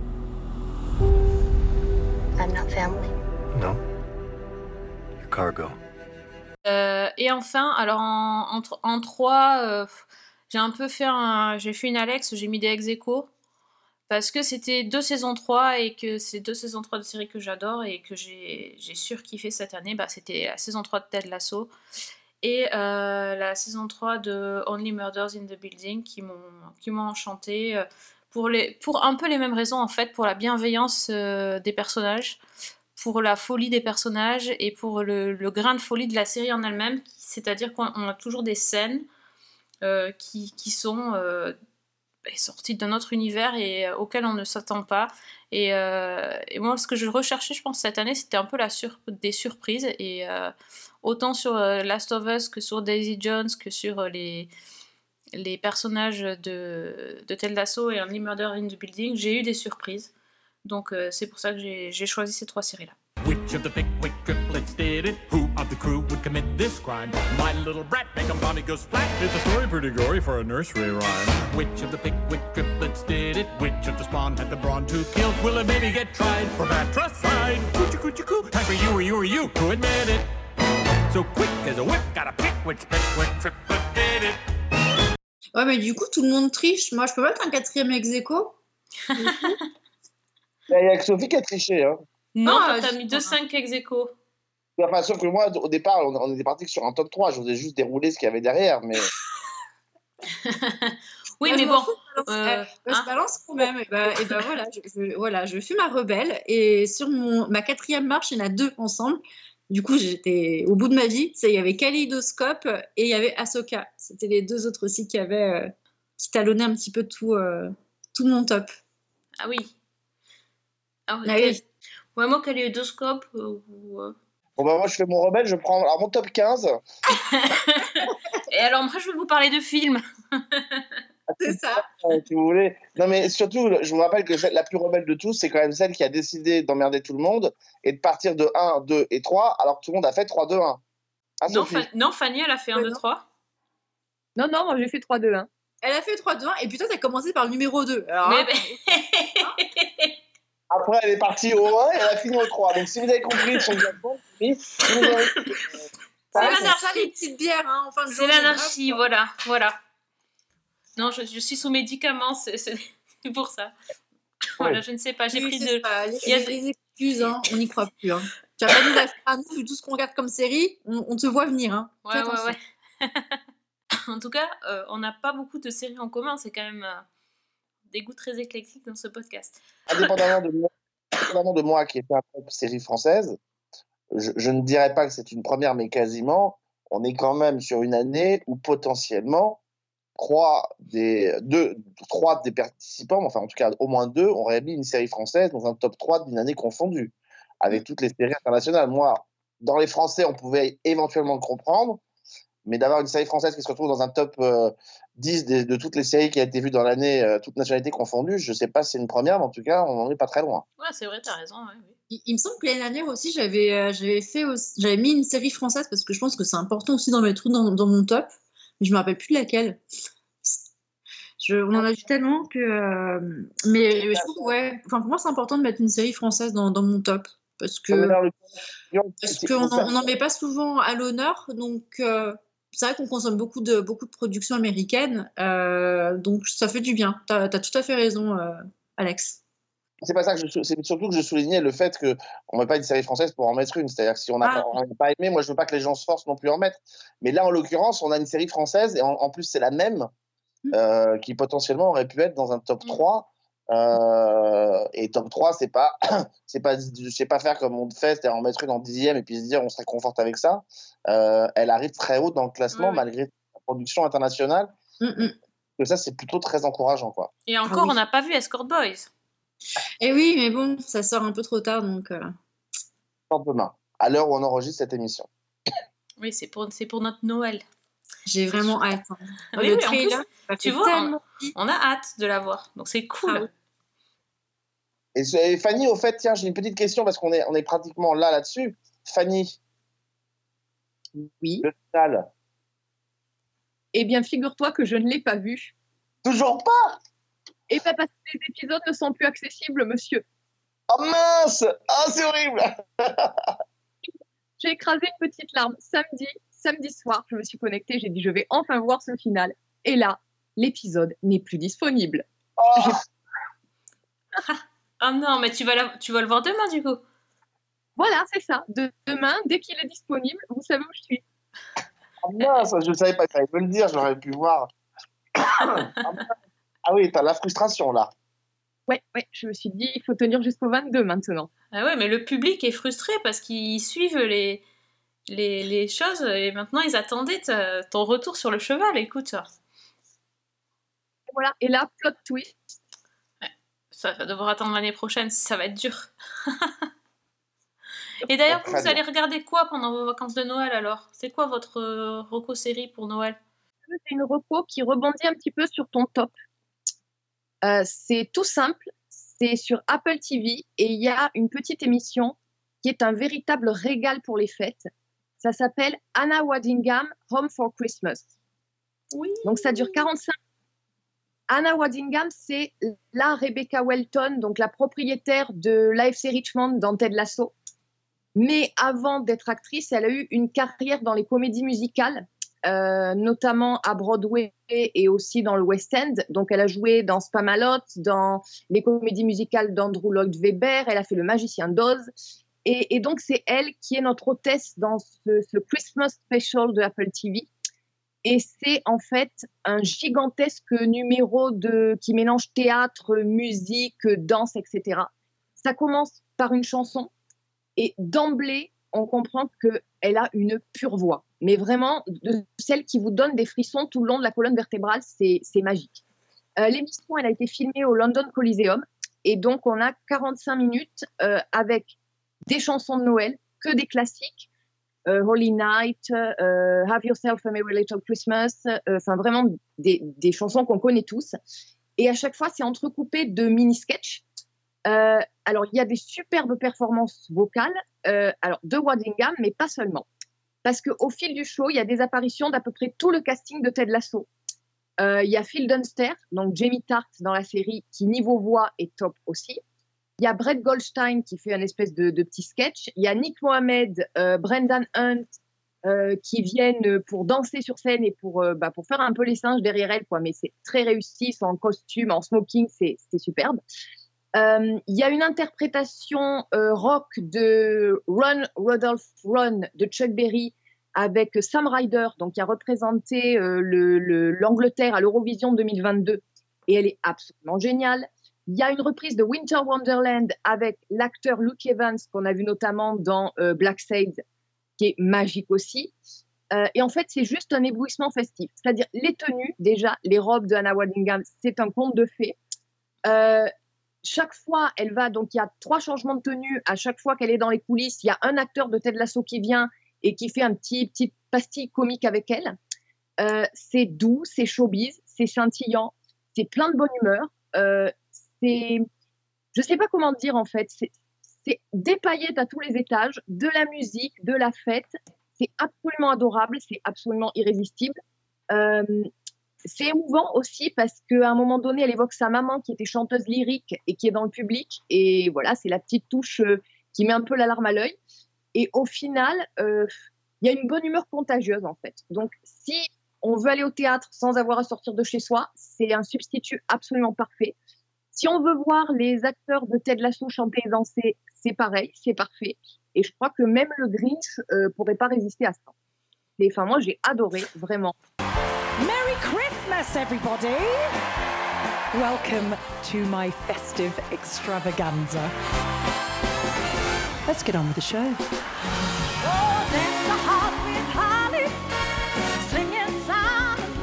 Speaker 21: I'm not family.
Speaker 22: No. You're cargo.
Speaker 2: Euh, et enfin, alors en, en, en trois, euh, j'ai un peu fait un, j'ai fait une Alex, j'ai mis des ex-aequo parce que c'était deux saisons trois et que c'est deux saisons trois de séries que j'adore et que j'ai, j'ai surkiffé cette année. Bah, c'était la saison trois de Ted Lasso et euh, la saison trois de Only Murders in the Building qui m'ont, qui m'ont enchanté. Euh, Pour, les, pour un peu les mêmes raisons en fait, pour la bienveillance euh, des personnages, pour la folie des personnages et pour le, le grain de folie de la série en elle-même, c'est-à-dire qu'on a toujours des scènes euh, qui, qui sont euh, sorties d'un autre univers et euh, auxquelles on ne s'attend pas. Et, euh, et moi, ce que je recherchais, je pense, cette année, c'était un peu la sur, des surprises. Et euh, autant sur euh, Last of Us que sur Daisy Jones que sur euh, les... les personnages de, de Ted Lasso et Only Murder in the Building, j'ai eu des surprises. Donc euh, c'est pour ça que j'ai, j'ai choisi ces trois séries-là.
Speaker 1: Which of the Pickwick triplets did it? Who of the crew would commit this crime? My little brat, make 'em body go splat. It's a story pretty gory for a nursery rhyme. Which of the Pickwick triplets did it? Which of the spawn had the brawn to kill? Will it maybe get tried for matricide? Coochie coochie coo. Time for you or you or you to admit it. So quick as a whip, got a pick which Pickwick triplet did it.
Speaker 3: Ouais, mais du coup, tout le monde triche. Moi, je peux mettre un quatrième ex-aequo.
Speaker 4: Il y a que Sophie qui a triché. Hein.
Speaker 2: Non,
Speaker 3: Ah,
Speaker 2: toi, t'as mis deux cinq ex-aequo.
Speaker 4: Enfin, sauf que moi, au départ, on, on était parti sur un top trois. Je vous ai juste déroulé ce qu'il y avait derrière. Mais...
Speaker 2: oui,
Speaker 3: Moi,
Speaker 2: mais
Speaker 3: je
Speaker 2: bon.
Speaker 3: Fous, je,
Speaker 2: euh,
Speaker 3: balance, euh, hein je balance quand même. Et ben, et ben voilà, je, je, voilà, je fus ma rebelle. Et sur mon, ma quatrième marche, il y en a deux ensemble. Du coup, j'étais au bout de ma vie. Il y avait Kaleidoscope et il y avait Ahsoka. C'était les deux autres aussi qui avaient, euh, qui talonnaient un petit peu tout, euh, tout mon top.
Speaker 2: Ah oui. Ah,
Speaker 3: ah oui.
Speaker 2: Ouais, moi, Kaleidoscope. Euh, euh...
Speaker 4: Bon, bah, moi, je fais mon rebelle. Je prends alors, mon top quinze.
Speaker 2: Et alors, moi, je vais vous parler de films.
Speaker 3: C'est ça.
Speaker 4: Si vous voulez. Non, mais surtout, je vous rappelle que la plus rebelle de tous, c'est quand même celle qui a décidé d'emmerder tout le monde et de partir de un, deux et trois, alors que tout le monde a fait trois, deux, un. Ah,
Speaker 2: non, Fa- non, Fanny, elle a fait un, deux, trois.
Speaker 5: Non, non, moi, j'ai fait trois, deux, un.
Speaker 3: Elle a fait trois, deux, un, et putain, t'as commencé par le numéro deux. Alors,
Speaker 2: mais,
Speaker 3: hein,
Speaker 2: mais...
Speaker 4: Après, elle est partie au un et elle a fini au trois. Donc, si vous avez compris son Japon, oui, vous avez...
Speaker 2: C'est
Speaker 3: ah,
Speaker 2: l'anarchie.
Speaker 3: Ça, les petites bières, hein, en fin de
Speaker 2: c'est
Speaker 3: journée.
Speaker 2: l'anarchie, voilà, voilà. Non, je, je suis sous médicaments, c'est, c'est pour ça. Voilà, je ne sais pas, j'ai
Speaker 3: oui,
Speaker 2: pris de...
Speaker 3: Ça. Les,
Speaker 2: Il y a...
Speaker 3: les excuses, hein, on n'y croit plus. Hein. Tu vas pas nous lâcher à nous, vu tout ce qu'on regarde comme série, on, on te voit venir. Hein.
Speaker 2: Ouais, ouais, ouais. En tout cas, euh, on n'a pas beaucoup de séries en commun, c'est quand même euh, des goûts très éclectiques dans ce podcast.
Speaker 4: Indépendamment de moi, indépendamment de moi qui ai fait un top série française, je, je ne dirais pas que c'est une première, mais quasiment, on est quand même sur une année où potentiellement trois des, deux, trois des participants, enfin en tout cas au moins deux, auraient mis une série française dans un top trois d'une année confondue, avec toutes les séries internationales. Moi, dans les Français, on pouvait éventuellement le comprendre, mais d'avoir une série française qui se retrouve dans un top euh, dix de, de toutes les séries qui a été vues dans l'année, euh, toutes nationalités confondues, je ne sais pas si c'est une première, mais en tout cas, on n'en est pas très loin.
Speaker 2: Ouais, c'est vrai, t'as raison. Ouais, oui.
Speaker 3: il, il me semble que l'année dernière aussi, j'avais, euh, j'avais, fait aussi, j'avais mis une série française, parce que je pense que c'est important aussi d'en mettre dans, dans mon top, mais je ne me rappelle plus de laquelle. Je, on en a vu tellement que... Euh, mais je trouve que, ouais, enfin, pour moi, c'est important de mettre une série française dans, dans mon top, parce que parce qu'on n'en met pas souvent à l'honneur, donc... Euh, c'est vrai qu'on consomme beaucoup de, beaucoup de productions américaines, euh, donc ça fait du bien. Tu as tout à fait raison, euh, Alex.
Speaker 4: C'est pas ça que je, c'est surtout que je soulignais le fait qu'on ne met pas une série française pour en mettre une. C'est-à-dire que si on n'a
Speaker 3: Ah.
Speaker 4: pas aimé, moi je veux pas que les gens se forcent non plus à en mettre. Mais là, en l'occurrence, on a une série française et en, en plus c'est la même euh, qui potentiellement aurait pu être dans un top trois. Euh, et top trois, c'est pas, c'est pas, je sais pas faire comme on fait, c'est-à-dire en mettre une en dixième et puis se dire on serait confortable avec ça. Euh, elle arrive très haut dans le classement
Speaker 2: Ouais, ouais.
Speaker 4: malgré la production internationale.
Speaker 3: Mm-mm.
Speaker 4: Que ça, c'est plutôt très encourageant, quoi.
Speaker 2: Et encore,
Speaker 3: Ah oui.
Speaker 2: on n'a pas vu Escort Boys.
Speaker 3: Et oui, mais bon, ça sort un peu trop tard, donc... euh,
Speaker 4: Pour demain, à l'heure où on enregistre cette émission.
Speaker 2: Oui, c'est pour, c'est pour notre Noël.
Speaker 3: J'ai vraiment hâte. hein.
Speaker 2: Oui,
Speaker 3: Le
Speaker 2: oui, en
Speaker 3: trailer,
Speaker 2: plus,
Speaker 3: ça
Speaker 2: tu
Speaker 3: fait
Speaker 2: vois,
Speaker 3: tellement-
Speaker 2: on, on a hâte de la voir. Donc c'est cool.
Speaker 3: Ah oui.
Speaker 4: Et, ce- et Fanny, au fait, tiens, j'ai une petite question parce qu'on est, on est pratiquement là, là-dessus. Fanny,
Speaker 5: Oui.
Speaker 4: le final,
Speaker 5: Eh bien, figure-toi que je ne l'ai pas vu.
Speaker 4: toujours pas.
Speaker 5: Et pas parce que les épisodes ne sont plus accessibles, monsieur.
Speaker 4: Oh mince. Ah, c'est horrible.
Speaker 5: J'ai écrasé une petite larme samedi, samedi soir. Je me suis connectée, j'ai dit je vais enfin voir ce final. Et là, l'épisode n'est plus disponible.
Speaker 4: Oh.
Speaker 5: J'ai-
Speaker 2: Ah non, mais tu vas, la- tu vas le voir demain du coup.
Speaker 5: Voilà, c'est ça. De- demain, dès qu'il est disponible, vous savez où je suis.
Speaker 4: Oh mince, je ne savais pas qu'il fallait me le dire, j'aurais pu voir. Ah mince. Ah oui, t'as la frustration, là.
Speaker 5: Ouais, ouais, je me suis dit, il faut tenir jusqu'au vingt-deux maintenant.
Speaker 2: Ah ouais, mais le public est frustré parce qu'ils suivent les, les, les choses et maintenant ils attendaient ta- ton retour sur le cheval. Écoute,
Speaker 5: Voilà, et là, plot twist.
Speaker 2: ça va devoir attendre l'année prochaine, ça va être dur. Et d'ailleurs,
Speaker 4: Très
Speaker 2: vous
Speaker 4: bien.
Speaker 2: allez regarder quoi pendant vos vacances de Noël alors? C'est quoi votre euh, reco série pour Noël?
Speaker 5: C'est une reco qui rebondit un petit peu sur ton top. Euh, c'est tout simple, c'est sur Apple T V et il y a une petite émission qui est un véritable régal pour les fêtes. Ça s'appelle Anna Waddingham, Home for Christmas.
Speaker 2: Oui.
Speaker 5: Donc ça dure quarante-cinq. Anna Waddingham, c'est la Rebecca Welton, donc la propriétaire de l'A F C Richmond dans Ted Lasso. Mais avant d'être actrice, elle a eu une carrière dans les comédies musicales, euh, notamment à Broadway et aussi dans le West End. Donc, elle a joué dans Spamalot, dans les comédies musicales d'Andrew Lloyd Webber. Elle a fait Le Magicien d'Oz. Et, et donc, c'est elle qui est notre hôtesse dans ce, ce Christmas Special de Apple T V. Et c'est en fait un gigantesque numéro de, qui mélange théâtre, musique, danse, et cetera. Ça commence par une chanson. Et d'emblée, on comprend qu'elle a une pure voix. Mais vraiment, de celle qui vous donne des frissons tout le long de la colonne vertébrale, c'est, c'est magique. Euh, l'émission, elle a été filmée au London Coliseum. Et donc, on a quarante-cinq minutes euh, avec des chansons de Noël, que des classiques. Euh, Holy Night, euh, Have Yourself a Merry Little Christmas. Enfin, euh, vraiment des, des chansons qu'on connaît tous. Et à chaque fois, c'est entrecoupé de mini-sketchs. Euh, alors, il y a des superbes performances vocales, euh, alors de Waddingham, mais pas seulement. Parce qu'au fil du show, il y a des apparitions d'à peu près tout le casting de Ted Lasso. Euh, il y a Phil Dunster, donc Jamie Tart dans la série, qui niveau voix est top aussi. Il y a Brett Goldstein qui fait un espèce de, de petit sketch. Il y a Nick Mohammed, euh, Brendan Hunt, euh, qui viennent pour danser sur scène et pour, euh, bah, pour faire un peu les singes derrière elle, quoi. Mais c'est très réussi, ils sont en costume, en smoking, c'est, c'est superbe. Il euh, y a une interprétation euh, rock de Run, Rudolph, Run de Chuck Berry avec Sam Ryder, donc qui a représenté euh, le, le, l'Angleterre à l'Eurovision deux mille vingt-deux, et elle est absolument géniale. Il y a une reprise de Winter Wonderland avec l'acteur Luke Evans, qu'on a vu notamment dans euh, Black Sails, qui est magique aussi. Euh, et en fait, c'est juste un éblouissement festif. C'est-à-dire les tenues, déjà, les robes de Anna Waddingham, c'est un conte de fées. Euh, Chaque fois, elle va, donc il y a trois changements de tenue. À chaque fois qu'elle est dans les coulisses, il y a un acteur de Ted Lasso qui vient et qui fait un petit petite pastille comique avec elle. Euh, c'est doux, c'est showbiz, c'est scintillant, c'est plein de bonne humeur. Euh, c'est, je sais pas comment dire en fait. C'est, c'est des paillettes à tous les étages, de la musique, de la fête. C'est absolument adorable, c'est absolument irrésistible. Euh, C'est émouvant aussi parce qu'à un moment donné, elle évoque sa maman qui était chanteuse lyrique et qui est dans le public. Et voilà, c'est la petite touche euh, qui met un peu la larme à l'œil. Et au final, il euh, y a une bonne humeur contagieuse en fait. Donc, si on veut aller au théâtre sans avoir à sortir de chez soi, c'est un substitut absolument parfait. Si on veut voir les acteurs de Ted Lasso chanter et danser, c'est pareil, c'est parfait. Et je crois que même le Grinch euh, pourrait pas résister à ça. Et enfin, moi, j'ai adoré, vraiment.
Speaker 6: Merry Christmas, everybody! Welcome to my festive extravaganza. Let's get on with the show. Oh, there's a heart with holly, singing silent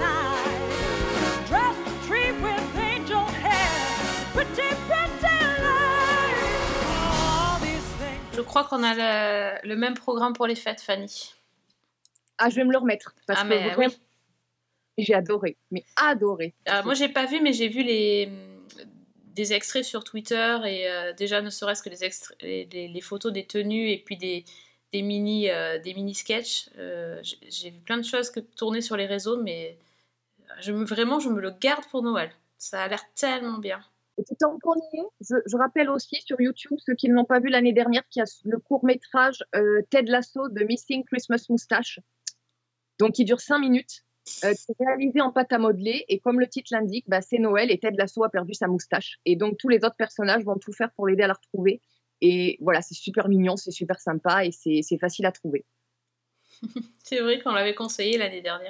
Speaker 6: night. Dress the tree with angel hair, pretty, pretty light. All these things.
Speaker 2: Je crois qu'on a le, le même programme pour les fêtes, Fanny.
Speaker 5: Ah, je vais me le remettre. Parce
Speaker 2: ah,
Speaker 5: que
Speaker 2: mais
Speaker 5: vraiment,
Speaker 2: oui.
Speaker 5: J'ai adoré, mais adoré.
Speaker 2: Euh, moi, j'ai pas vu, mais j'ai vu les des extraits sur Twitter et euh, déjà ne serait-ce que les, extra... les, les, les photos des tenues et puis des, des mini euh, des mini sketchs. Euh, j'ai vu plein de choses que tourner sur les réseaux, mais je me, vraiment, je me le garde pour Noël. Ça a l'air tellement bien.
Speaker 5: Et tout en qu'on y est, je, je rappelle aussi sur YouTube, ceux qui ne l'ont pas vu l'année dernière, qu'il y a le court-métrage euh, Ted Lasso de Missing Christmas Moustache, donc qui dure cinq minutes. Euh, qui est réalisé en pâte à modeler et comme le titre l'indique, bah, c'est Noël et Ted Lasso a perdu sa moustache et donc tous les autres personnages vont tout faire pour l'aider à la retrouver et voilà, c'est super mignon, c'est super sympa et c'est, c'est facile à trouver.
Speaker 2: C'est vrai qu'on l'avait conseillé l'année dernière.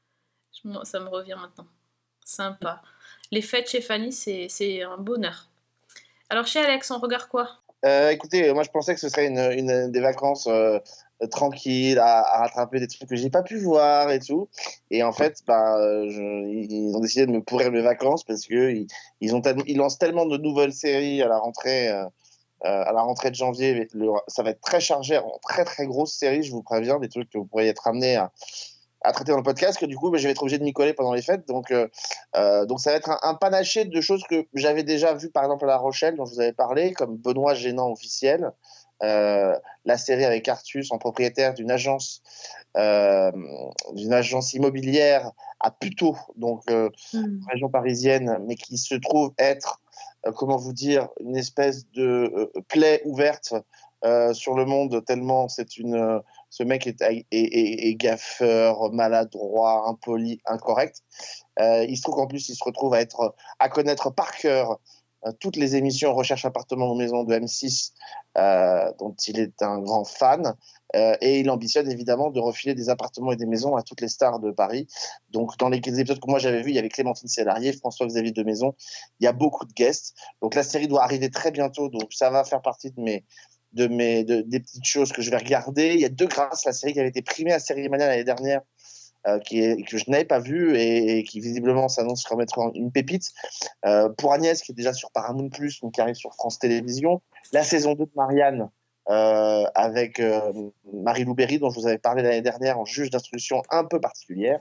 Speaker 2: Je, ça me revient maintenant. Sympa. Les fêtes chez Fanny, c'est, c'est un bonheur. Alors chez Alex, on regarde quoi ?
Speaker 4: euh, Écoutez, moi je pensais que ce serait une, une des vacances euh, tranquilles à, à rattraper des trucs que j'ai pas pu voir et tout. Et en fait, bah, je, ils ont décidé de me pourrir mes vacances parce que ils, ils, ont tel, ils lancent tellement de nouvelles séries à la rentrée, euh, à la rentrée de janvier. Le, ça va être très chargé, en très très grosse série, je vous préviens, des trucs que vous pourriez être amenés à à traiter dans le podcast, que du coup, bah, je vais être obligé de m'y coller pendant les fêtes. Donc, euh, euh, donc ça va être un, un panaché de choses que j'avais déjà vues, par exemple, à La Rochelle, dont je vous avais parlé, comme Benoît Gênant officiel, euh, la série avec Artus, en propriétaire d'une agence, euh, d'une agence immobilière à Puteaux, donc euh, mmh. région parisienne, mais qui se trouve être, euh, comment vous dire, une espèce de euh, plaie ouverte Euh, sur le monde, tellement c'est une, euh, ce mec est, est, est, est gaffeur, maladroit, impoli, incorrect. Euh, il se trouve qu'en plus, il se retrouve à, être, à connaître par cœur euh, toutes les émissions Recherche appartement ou maison de M six, euh, dont il est un grand fan. Euh, et il ambitionne évidemment de refiler des appartements et des maisons à toutes les stars de Paris. Donc, dans les épisodes que moi j'avais vus, il y avait Clémentine Célarié, François-Xavier de Maison. Il y a beaucoup de guests. Donc, la série doit arriver très bientôt. Donc, ça va faire partie de mes. De mes, de, des petites choses que je vais regarder. Il y a Deux Grâces, la série qui avait été primée à Série Mania l'année dernière, euh, qui est, que je n'avais pas vue et, et qui visiblement s'annonce comme être une pépite. Euh, pour Agnès, qui est déjà sur Paramount plus, donc qui arrive sur France Télévisions. La saison deux de Marianne, euh, avec euh, Marie-Lou Berry, dont je vous avais parlé l'année dernière, en juge d'instruction un peu particulière.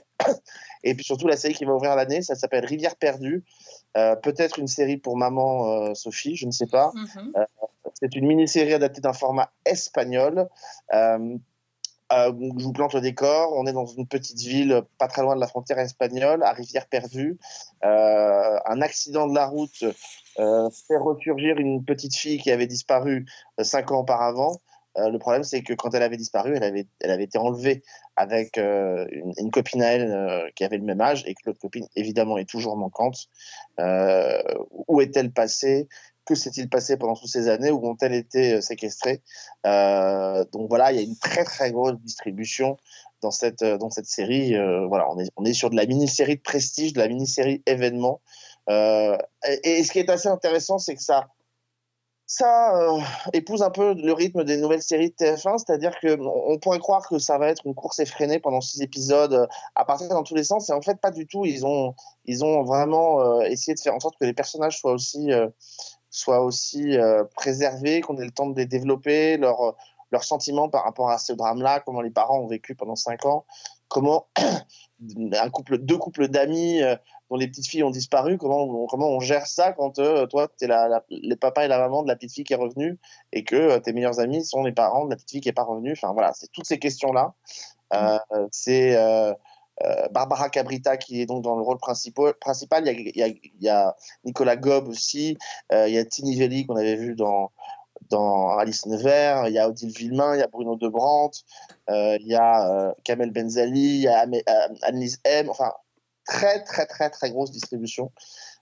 Speaker 4: Et puis surtout, la série qui va ouvrir l'année, ça s'appelle Rivière perdue. Euh, peut-être une série pour maman euh, Sophie, je ne sais pas. Mm-hmm. Euh, c'est une mini-série adaptée d'un format espagnol. Euh, euh, je vous plante le décor. On est dans une petite ville pas très loin de la frontière espagnole, à Rivière perdue. Euh, un accident de la route euh, fait ressurgir une petite fille qui avait disparu euh, cinq ans auparavant. Euh, le problème, c'est que quand elle avait disparu, elle avait, elle avait été enlevée avec euh, une, une copine à elle euh, qui avait le même âge et que l'autre copine, évidemment, est toujours manquante. Euh, où est-elle passée ? Que s'est-il passé pendant toutes ces années? Où ont-elles été séquestrées? euh, Donc voilà, il y a une très très grosse distribution dans cette, dans cette série. Euh, voilà, on est, on est sur de la mini-série de prestige, de la mini-série événement. Euh, et, et ce qui est assez intéressant, c'est que ça... Ça euh, épouse un peu le rythme des nouvelles séries de T F un, c'est-à-dire qu'on pourrait croire que ça va être une course effrénée pendant six épisodes, euh, à partir dans tous les sens, et en fait pas du tout. Ils ont, ils ont vraiment euh, essayé de faire en sorte que les personnages soient aussi, euh, soient aussi euh, préservés, qu'on ait le temps de les développer, leurs leurs sentiments par rapport à ce drame-là, comment les parents ont vécu pendant cinq ans, comment un couple, deux couples d'amis euh, dont les petites filles ont disparu, comment on, comment on gère ça quand euh, toi, tu es la, la, les papas et la maman de la petite fille qui est revenue et que euh, tes meilleurs amis sont les parents de la petite fille qui n'est pas revenue. Enfin voilà, c'est toutes ces questions-là. Euh, c'est euh, euh, Barbara Cabrita qui est donc dans le rôle principal. principal. Il, y a, il, y a, il y a Nicolas Gob aussi, euh, il y a Tini Velli qu'on avait vu dans... dans Alice Nevers, il y a Odile Villemain, il y a Bruno Debrandt, euh, il y a euh, Kamel Benzali, il y a Annelise M, enfin très très très très grosse distribution.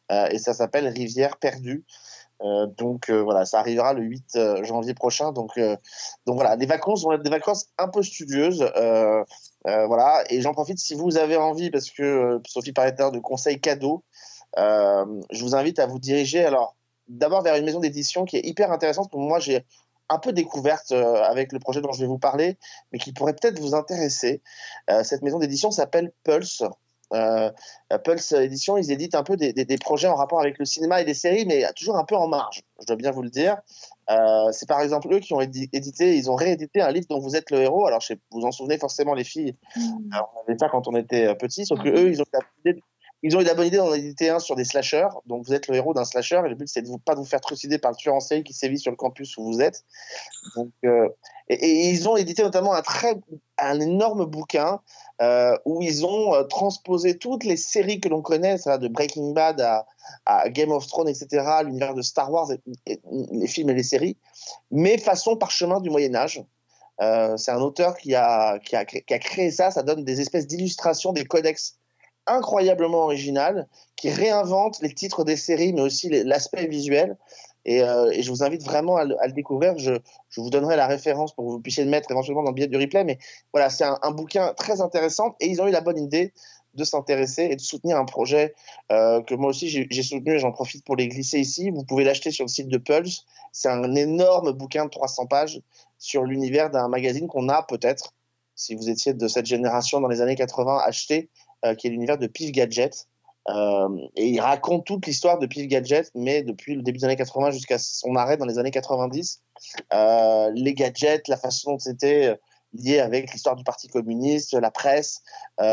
Speaker 4: euh, et ça s'appelle Rivière perdue. Euh, donc euh, voilà, ça arrivera le huit janvier prochain. Donc, euh, donc voilà, les vacances vont être des vacances un peu studieuses. Euh, euh, voilà, et j'en profite si vous avez envie, parce que euh, Sophie parlait tout à l'heure de conseils cadeaux. Euh, je vous invite à vous diriger alors d'abord vers une maison d'édition qui est hyper intéressante. Pour moi, j'ai un peu découverte euh, avec le projet dont je vais vous parler, mais qui pourrait peut-être vous intéresser. Euh, cette maison d'édition s'appelle Pulse. Euh, Pulse Édition, ils éditent un peu des, des, des projets en rapport avec le cinéma et les séries, mais toujours un peu en marge, je dois bien vous le dire. Euh, c'est par exemple eux qui ont édité, ils ont réédité un livre dont vous êtes le héros. Alors, je sais, vous en souvenez forcément, les filles. Mmh. Alors, on avait ça quand on était petits, sauf mmh. que eux, ils ont eu Ils ont eu la bonne idée d'en éditer un sur des slashers. Donc, vous êtes le héros d'un slasher. Et le but, c'est de ne pas de vous faire trucider par le tueur en série qui sévit sur le campus où vous êtes. Donc, euh, et, et ils ont édité notamment un, très, un énorme bouquin euh, où ils ont euh, transposé toutes les séries que l'on connaît, ça va de Breaking Bad à, à Game of Thrones, et cetera, l'univers de Star Wars, et, et, les films et les séries, mais façon parchemin du Moyen-Âge. Euh, c'est un auteur qui a, qui, a, qui a créé ça. Ça donne des espèces d'illustrations, des codex incroyablement original, qui réinvente les titres des séries, mais aussi les, l'aspect visuel. Et, euh, et je vous invite vraiment à le, à le découvrir. Je, je vous donnerai la référence pour que vous puissiez le mettre éventuellement dans le billet du replay. Mais voilà, c'est un, un bouquin très intéressant. Et ils ont eu la bonne idée de s'intéresser et de soutenir un projet euh, que moi aussi j'ai, j'ai soutenu, et j'en profite pour les glisser ici. Vous pouvez l'acheter sur le site de Pulse. C'est un énorme bouquin de trois cents pages sur l'univers d'un magazine qu'on a peut-être, si vous étiez de cette génération dans les années quatre-vingts, acheté, Euh, qui est l'univers de Pif Gadget. Euh, et il raconte toute l'histoire de Pif Gadget, mais depuis le début des années quatre-vingts jusqu'à son arrêt dans les années quatre-vingt-dix. Euh, les gadgets, la façon dont c'était lié avec l'histoire du Parti communiste, la presse,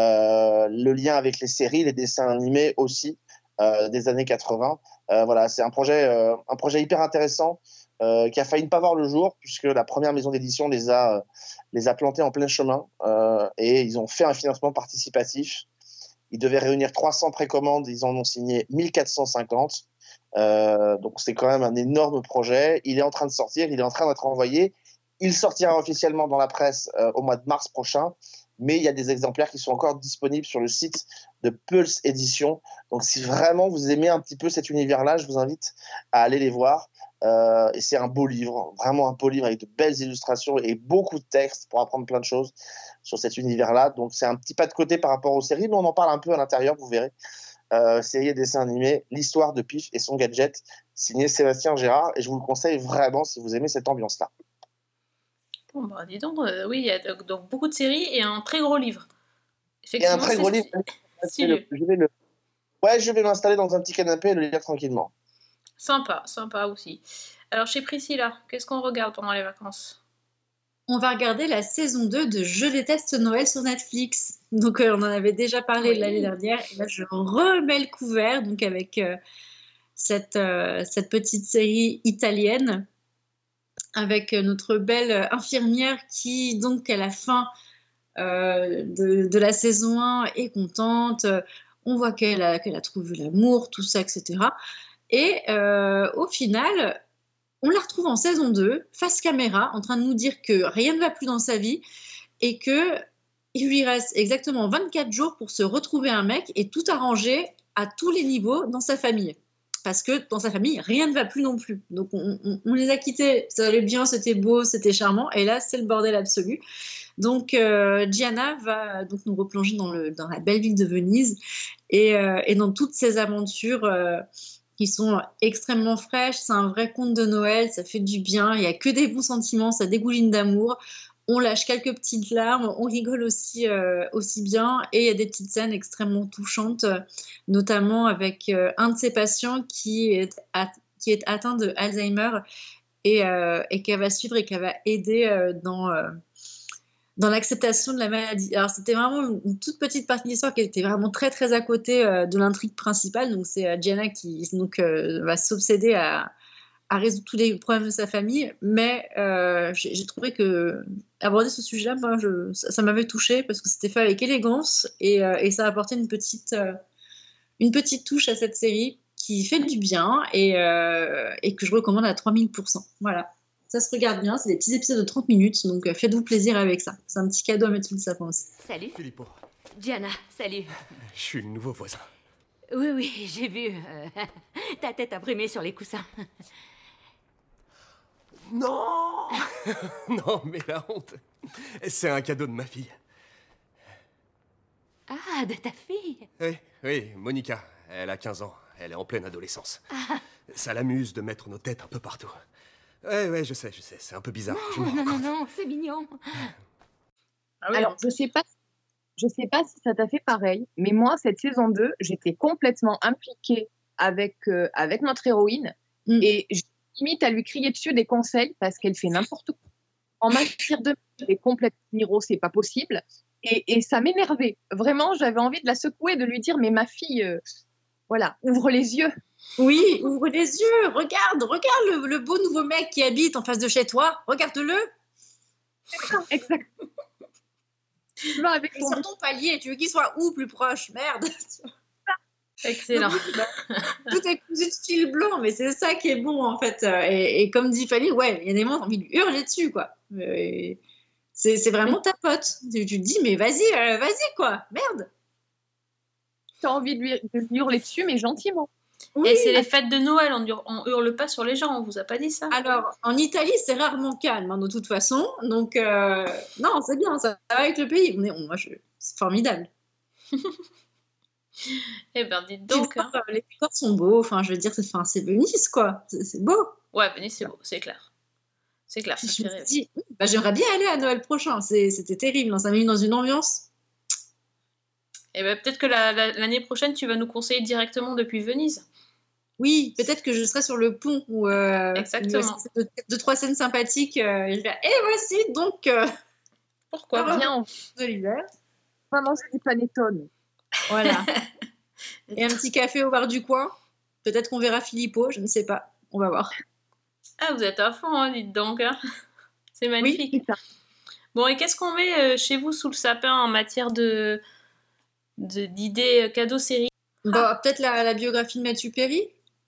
Speaker 4: euh, le lien avec les séries, les dessins animés aussi euh, des années quatre-vingts. Euh, voilà, c'est un projet, euh, un projet hyper intéressant euh, qui a failli ne pas voir le jour, puisque la première maison d'édition les a, euh, les a plantés en plein chemin euh, et ils ont fait un financement participatif. Ils devaient réunir trois cents précommandes, ils en ont signé mille quatre cent cinquante. Euh, donc c'est quand même un énorme projet. Il est en train de sortir, il est en train d'être envoyé. Il sortira officiellement dans la presse euh, au mois de mars prochain, mais il y a des exemplaires qui sont encore disponibles sur le site de Pulse Édition. Donc si vraiment vous aimez un petit peu cet univers-là, je vous invite à aller les voir. Euh, et c'est un beau livre, vraiment un beau livre avec de belles illustrations et beaucoup de textes pour apprendre plein de choses sur cet univers-là. Donc c'est un petit pas de côté par rapport aux séries, mais on en parle un peu à l'intérieur, vous verrez. Euh, série et dessin animé, l'histoire de Pif et son gadget, signé Sébastien Gérard, et je vous le conseille vraiment si vous aimez cette ambiance-là.
Speaker 2: Bon bah dis donc, euh, oui, il y a donc, donc beaucoup de séries et un très gros livre.
Speaker 4: Et un très gros livre.
Speaker 2: Si,
Speaker 4: le, je vais le... Ouais, je vais l'installer dans un petit canapé et le lire tranquillement.
Speaker 2: Sympa, sympa aussi. Alors chez Priscilla, qu'est-ce qu'on regarde pendant les vacances ?
Speaker 3: On va regarder la saison deux de Je déteste Noël sur Netflix. Donc euh, on en avait déjà parlé oui. l'année dernière. Et là je remets le couvert donc avec euh, cette, euh, cette petite série italienne avec euh, notre belle infirmière qui donc à la fin euh, de, de la saison un est contente. On voit qu'elle a, qu'elle a trouvé l'amour, tout ça, et cetera. Et euh, au final, on la retrouve en saison deux, face caméra, en train de nous dire que rien ne va plus dans sa vie et qu'il lui reste exactement vingt-quatre jours pour se retrouver un mec et tout arranger à tous les niveaux dans sa famille. Parce que dans sa famille, rien ne va plus non plus. Donc on, on, on les a quittés, ça allait bien, c'était beau, c'était charmant, et là c'est le bordel absolu. Donc euh, Gianna va donc nous replonger dans, le, dans la belle ville de Venise et, euh, et dans toutes ces aventures euh, qui sont extrêmement fraîches. C'est un vrai conte de Noël, ça fait du bien, il n'y a que des bons sentiments, ça dégouline d'amour. On lâche quelques petites larmes, on rigole aussi, euh, aussi bien, et il y a des petites scènes extrêmement touchantes, notamment avec euh, un de ses patients qui est, at- qui est atteint de Alzheimer et, euh, et qu'elle va suivre et qu'elle va aider euh, dans, euh, dans l'acceptation de la maladie. Alors c'était vraiment une toute petite partie de l'histoire qui était vraiment très très à côté euh, de l'intrigue principale, donc c'est euh, Gianna qui donc, euh, va s'obséder à à résoudre tous les problèmes de sa famille, mais euh, j'ai, j'ai trouvé que aborder ce sujet-là, ben, je, ça, ça m'avait touchée parce que c'était fait avec élégance et, euh, et ça a apporté une petite, euh, une petite touche à cette série qui fait du bien et, euh, et que je recommande à trois mille pour cent. Voilà, ça se regarde bien, c'est des petits épisodes de trente minutes, donc euh, faites-vous plaisir avec ça. C'est un petit cadeau à mettre sous le sapin aussi.
Speaker 8: Salut.
Speaker 22: Filippo.
Speaker 8: Gianna, salut.
Speaker 22: Je suis le nouveau voisin.
Speaker 8: Oui, oui, j'ai vu. euh, ta tête imprimée sur les coussins.
Speaker 9: Non. Non, mais la honte. C'est un cadeau de ma fille.
Speaker 8: Ah, de ta fille.
Speaker 9: Oui, oui, Monica. Elle a quinze ans. Elle est en pleine adolescence.
Speaker 8: Ah.
Speaker 9: Ça l'amuse de mettre nos têtes un peu partout. Ouais, ouais, je sais, je sais. C'est un peu bizarre. Je
Speaker 8: Non,
Speaker 9: me
Speaker 8: non,
Speaker 9: rends
Speaker 8: non,
Speaker 9: compte.
Speaker 8: non, c'est mignon.
Speaker 2: Ah oui,
Speaker 5: Alors, je sais pas, je sais pas si ça t'a fait pareil, mais moi, cette saison deux, j'étais complètement impliquée avec, euh, avec notre héroïne et j'ai limite à lui crier dessus des conseils parce qu'elle fait n'importe quoi. En matière de elle est complètement Miro, c'est pas possible. Et, et ça m'énervait. Vraiment, j'avais envie de la secouer, de lui dire, mais ma fille, euh, voilà, ouvre les yeux.
Speaker 3: Oui, ouvre les yeux, regarde, regarde le, le beau nouveau mec qui habite en face de chez toi, regarde-le.
Speaker 5: Exact. Va avec
Speaker 3: ton... Sur ton palier, tu veux qu'il soit où plus proche? Merde.
Speaker 2: Excellent.
Speaker 3: Donc, bah, tout est cousu de fil blanc, mais c'est ça qui est bon en fait. Et, et comme dit Fanny, ouais, il y a des moments, t'as envie de lui hurler dessus, quoi. Et c'est, c'est vraiment ta pote. Tu, tu te dis, mais vas-y, euh, vas-y, quoi. Merde.
Speaker 5: T'as envie de lui, de lui hurler dessus, mais gentiment.
Speaker 2: Oui. Et c'est les fêtes de Noël, on, hurle, on hurle pas sur les gens, on vous a pas dit ça?
Speaker 3: Alors, en Italie, c'est rarement calme, hein, de toute façon. Donc, euh, non, c'est bien, ça va avec le pays. On est, on, moi, je, c'est formidable.
Speaker 2: Eh ben, dites donc. Hein.
Speaker 3: Les décors sont beaux, enfin, je veux dire, c'est, enfin, c'est Venise, quoi. C'est, c'est beau.
Speaker 2: Ouais, Venise, c'est beau, c'est clair. C'est clair, ça fait rêver.
Speaker 3: Dis, bah, j'aimerais bien aller à Noël prochain. C'est, c'était terrible, hein, ça m'a mis dans une ambiance.
Speaker 2: Et ben, peut-être que la, la, l'année prochaine, tu vas nous conseiller directement depuis Venise.
Speaker 3: Oui, peut-être que je serai sur le pont où euh,
Speaker 2: exactement
Speaker 3: deux, deux trois scènes sympathiques. Euh, et je vais, et voici donc. Euh,
Speaker 2: Pourquoi
Speaker 5: bien
Speaker 3: de l'hiver.
Speaker 5: On va manger du panettone.
Speaker 3: Voilà. Et un petit café au bar du coin. Peut-être qu'on verra Filippo, je ne sais pas. On va voir.
Speaker 2: Ah, vous êtes à fond, hein, dites donc. Hein. C'est magnifique.
Speaker 5: Oui, c'est ça.
Speaker 2: Bon, et qu'est-ce qu'on met euh, chez vous sous le sapin en matière de, de d'idées euh, cadeaux séries?
Speaker 3: Bon, ah. Peut-être la, la biographie de Matthew Perry.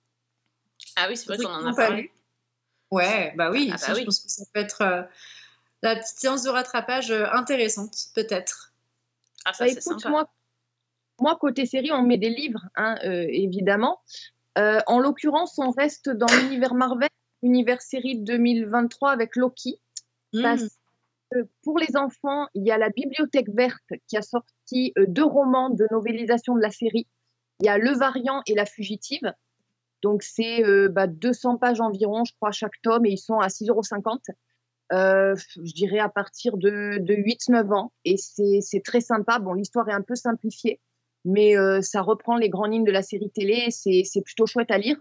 Speaker 2: Ah oui, c'est vrai qu'on en a parlé.
Speaker 3: Lu. Ouais, bah oui.
Speaker 2: Ah
Speaker 3: ça,
Speaker 2: bah oui.
Speaker 3: Je pense que ça peut être euh, la petite séance de rattrapage euh, intéressante, peut-être.
Speaker 2: Ah, ça,
Speaker 5: bah,
Speaker 2: c'est
Speaker 5: écoute,
Speaker 2: sympa.
Speaker 5: Moi, moi, côté série, on met des livres, hein, euh, évidemment. Euh, en l'occurrence, on reste dans l'univers Marvel, univers série deux mille vingt-trois avec Loki. Mmh. Parce que pour les enfants, il y a la Bibliothèque Verte qui a sorti euh, deux romans de novélisation de la série. Il y a Le Variant et La Fugitive. Donc, c'est euh, bah, deux cents pages environ, je crois, chaque tome, et ils sont à six euros cinquante. Euh, je dirais à partir de, de huit neuf ans. Et c'est, c'est très sympa. Bon, l'histoire est un peu simplifiée, mais euh, ça reprend les grandes lignes de la série télé. C'est, c'est plutôt chouette à lire.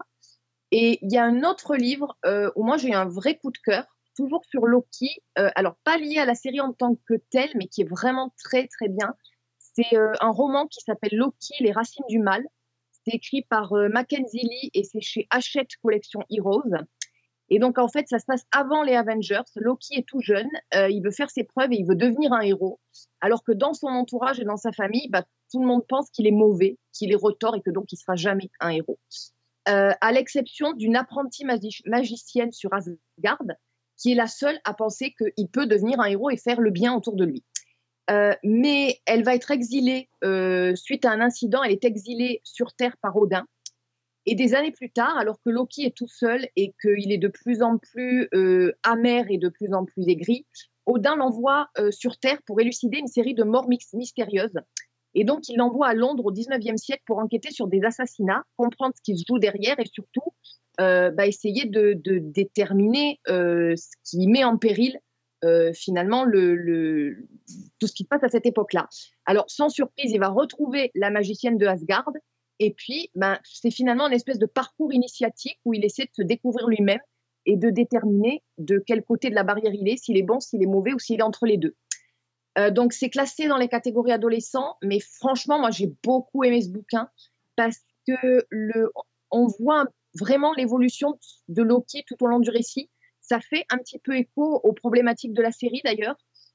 Speaker 5: Et il y a un autre livre euh, où moi, j'ai eu un vrai coup de cœur, toujours sur Loki. Euh, alors, pas lié à la série en tant que telle, mais qui est vraiment très, très bien. C'est euh, un roman qui s'appelle Loki, les racines du mal. C'est écrit par euh, Mackenzie Lee et c'est chez Hachette Collection Heroes. Et donc, en fait, ça se passe avant les Avengers. Loki est tout jeune, euh, il veut faire ses preuves et il veut devenir un héros. Alors que dans son entourage et dans sa famille, bah, tout le monde pense qu'il est mauvais, qu'il est retors et que donc il ne sera jamais un héros. Euh, à l'exception d'une apprentie magi- magicienne sur Asgard, qui est la seule à penser qu'il peut devenir un héros et faire le bien autour de lui. Euh, mais elle va être exilée euh, suite à un incident. Elle est exilée sur Terre par Odin. Et des années plus tard, alors que Loki est tout seul et qu'il est de plus en plus euh, amer et de plus en plus aigri, Odin l'envoie euh, sur Terre pour élucider une série de morts mix- mystérieuses. Et donc, il l'envoie à Londres au dix-neuvième siècle pour enquêter sur des assassinats, comprendre ce qui se joue derrière et surtout euh, bah, essayer de, de déterminer euh, ce qui met en péril Euh, finalement le, le, tout ce qui se passe à cette époque-là. Alors, sans surprise, il va retrouver la magicienne de Asgard et puis ben, c'est finalement une espèce de parcours initiatique où il essaie de se découvrir lui-même et de déterminer de quel côté de la barrière il est, s'il est bon, s'il est mauvais ou s'il est entre les deux. Euh, donc, c'est classé dans les catégories adolescents, mais franchement, moi, j'ai beaucoup aimé ce bouquin parce que le, on voit vraiment l'évolution de Loki tout au long du récit. Ça fait un petit peu écho aux problématiques de la série d'ailleurs.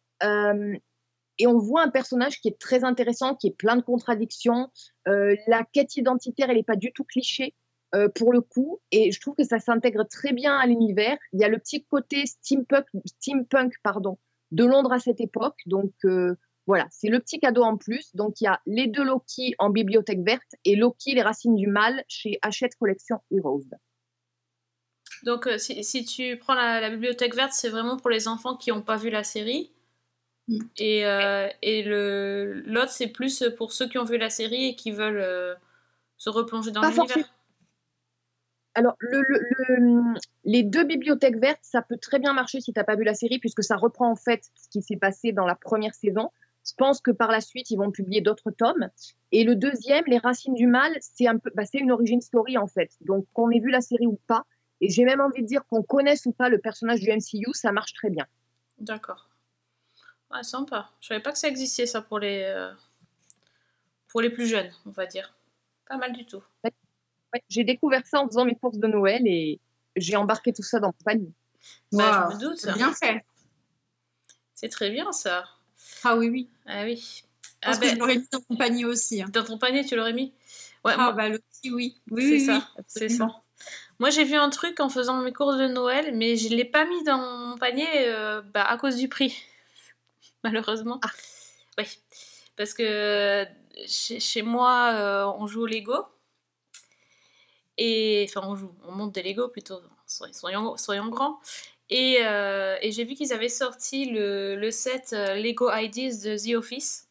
Speaker 5: Euh, et on voit un personnage qui est très intéressant, qui est plein de contradictions. Euh, la quête identitaire, elle n'est pas du tout cliché euh, pour le coup. Et je trouve que ça s'intègre très bien à l'univers. Il y a le petit côté steampunk, steampunk pardon, de Londres à cette époque. Donc, euh, Voilà, c'est le petit cadeau en plus. Donc, il y a les deux Loki en bibliothèque verte et Loki, les racines du mal chez Hachette Collection Heroes.
Speaker 2: Donc, euh, si, si tu prends la, la bibliothèque verte, c'est vraiment pour les enfants qui n'ont pas vu la série.
Speaker 3: Mm.
Speaker 2: Et, euh, et le, l'autre, c'est plus pour ceux qui ont vu la série et qui veulent euh, se replonger dans
Speaker 5: Pas
Speaker 2: l'univers.
Speaker 5: forcément. Alors, le, le, le, les deux bibliothèques vertes, ça peut très bien marcher si tu n'as pas vu la série, puisque ça reprend en fait ce qui s'est passé dans la première saison. Je pense que par la suite, ils vont publier d'autres tomes. Et le deuxième, Les Racines du Mal, c'est un peu, bah, c'est une origin story en fait. Donc, qu'on ait vu la série ou pas, et j'ai même envie de dire qu'on connaisse ou pas le personnage du M C U, ça marche très bien.
Speaker 2: D'accord. Ouais, sympa. Je savais pas que ça existait, ça, pour les, euh, pour les plus jeunes, on va dire. Pas mal du tout.
Speaker 5: Ouais, j'ai découvert ça en faisant mes courses de Noël et j'ai embarqué tout ça dans mon panier.
Speaker 2: Bah,
Speaker 3: Wow,
Speaker 2: je me doute.
Speaker 3: c'est bien fait.
Speaker 2: C'est très bien, ça.
Speaker 3: Ah oui, oui.
Speaker 2: Ah oui.
Speaker 3: Je
Speaker 2: Ah
Speaker 3: pense que
Speaker 2: ben,
Speaker 3: je l'aurais mis dans mon panier aussi. hein.
Speaker 2: dans ton panier, tu l'aurais mis Ouais,
Speaker 3: Ah
Speaker 2: moi,
Speaker 3: bah le petit, oui. Oui,
Speaker 2: c'est
Speaker 3: oui,
Speaker 2: ça.
Speaker 3: oui,
Speaker 2: C'est
Speaker 3: absolument.
Speaker 2: ça. Moi, j'ai vu un truc en faisant mes courses de Noël, mais je l'ai pas mis dans mon panier euh, bah, à cause du prix, malheureusement.
Speaker 5: Ah.
Speaker 2: Oui, parce que chez, chez moi, euh, on joue au Lego. Et enfin, on joue, on monte des Lego plutôt, soyons, soyons, soyons grands. Et, euh, et j'ai vu qu'ils avaient sorti le, le set euh, Lego Ideas de The Office.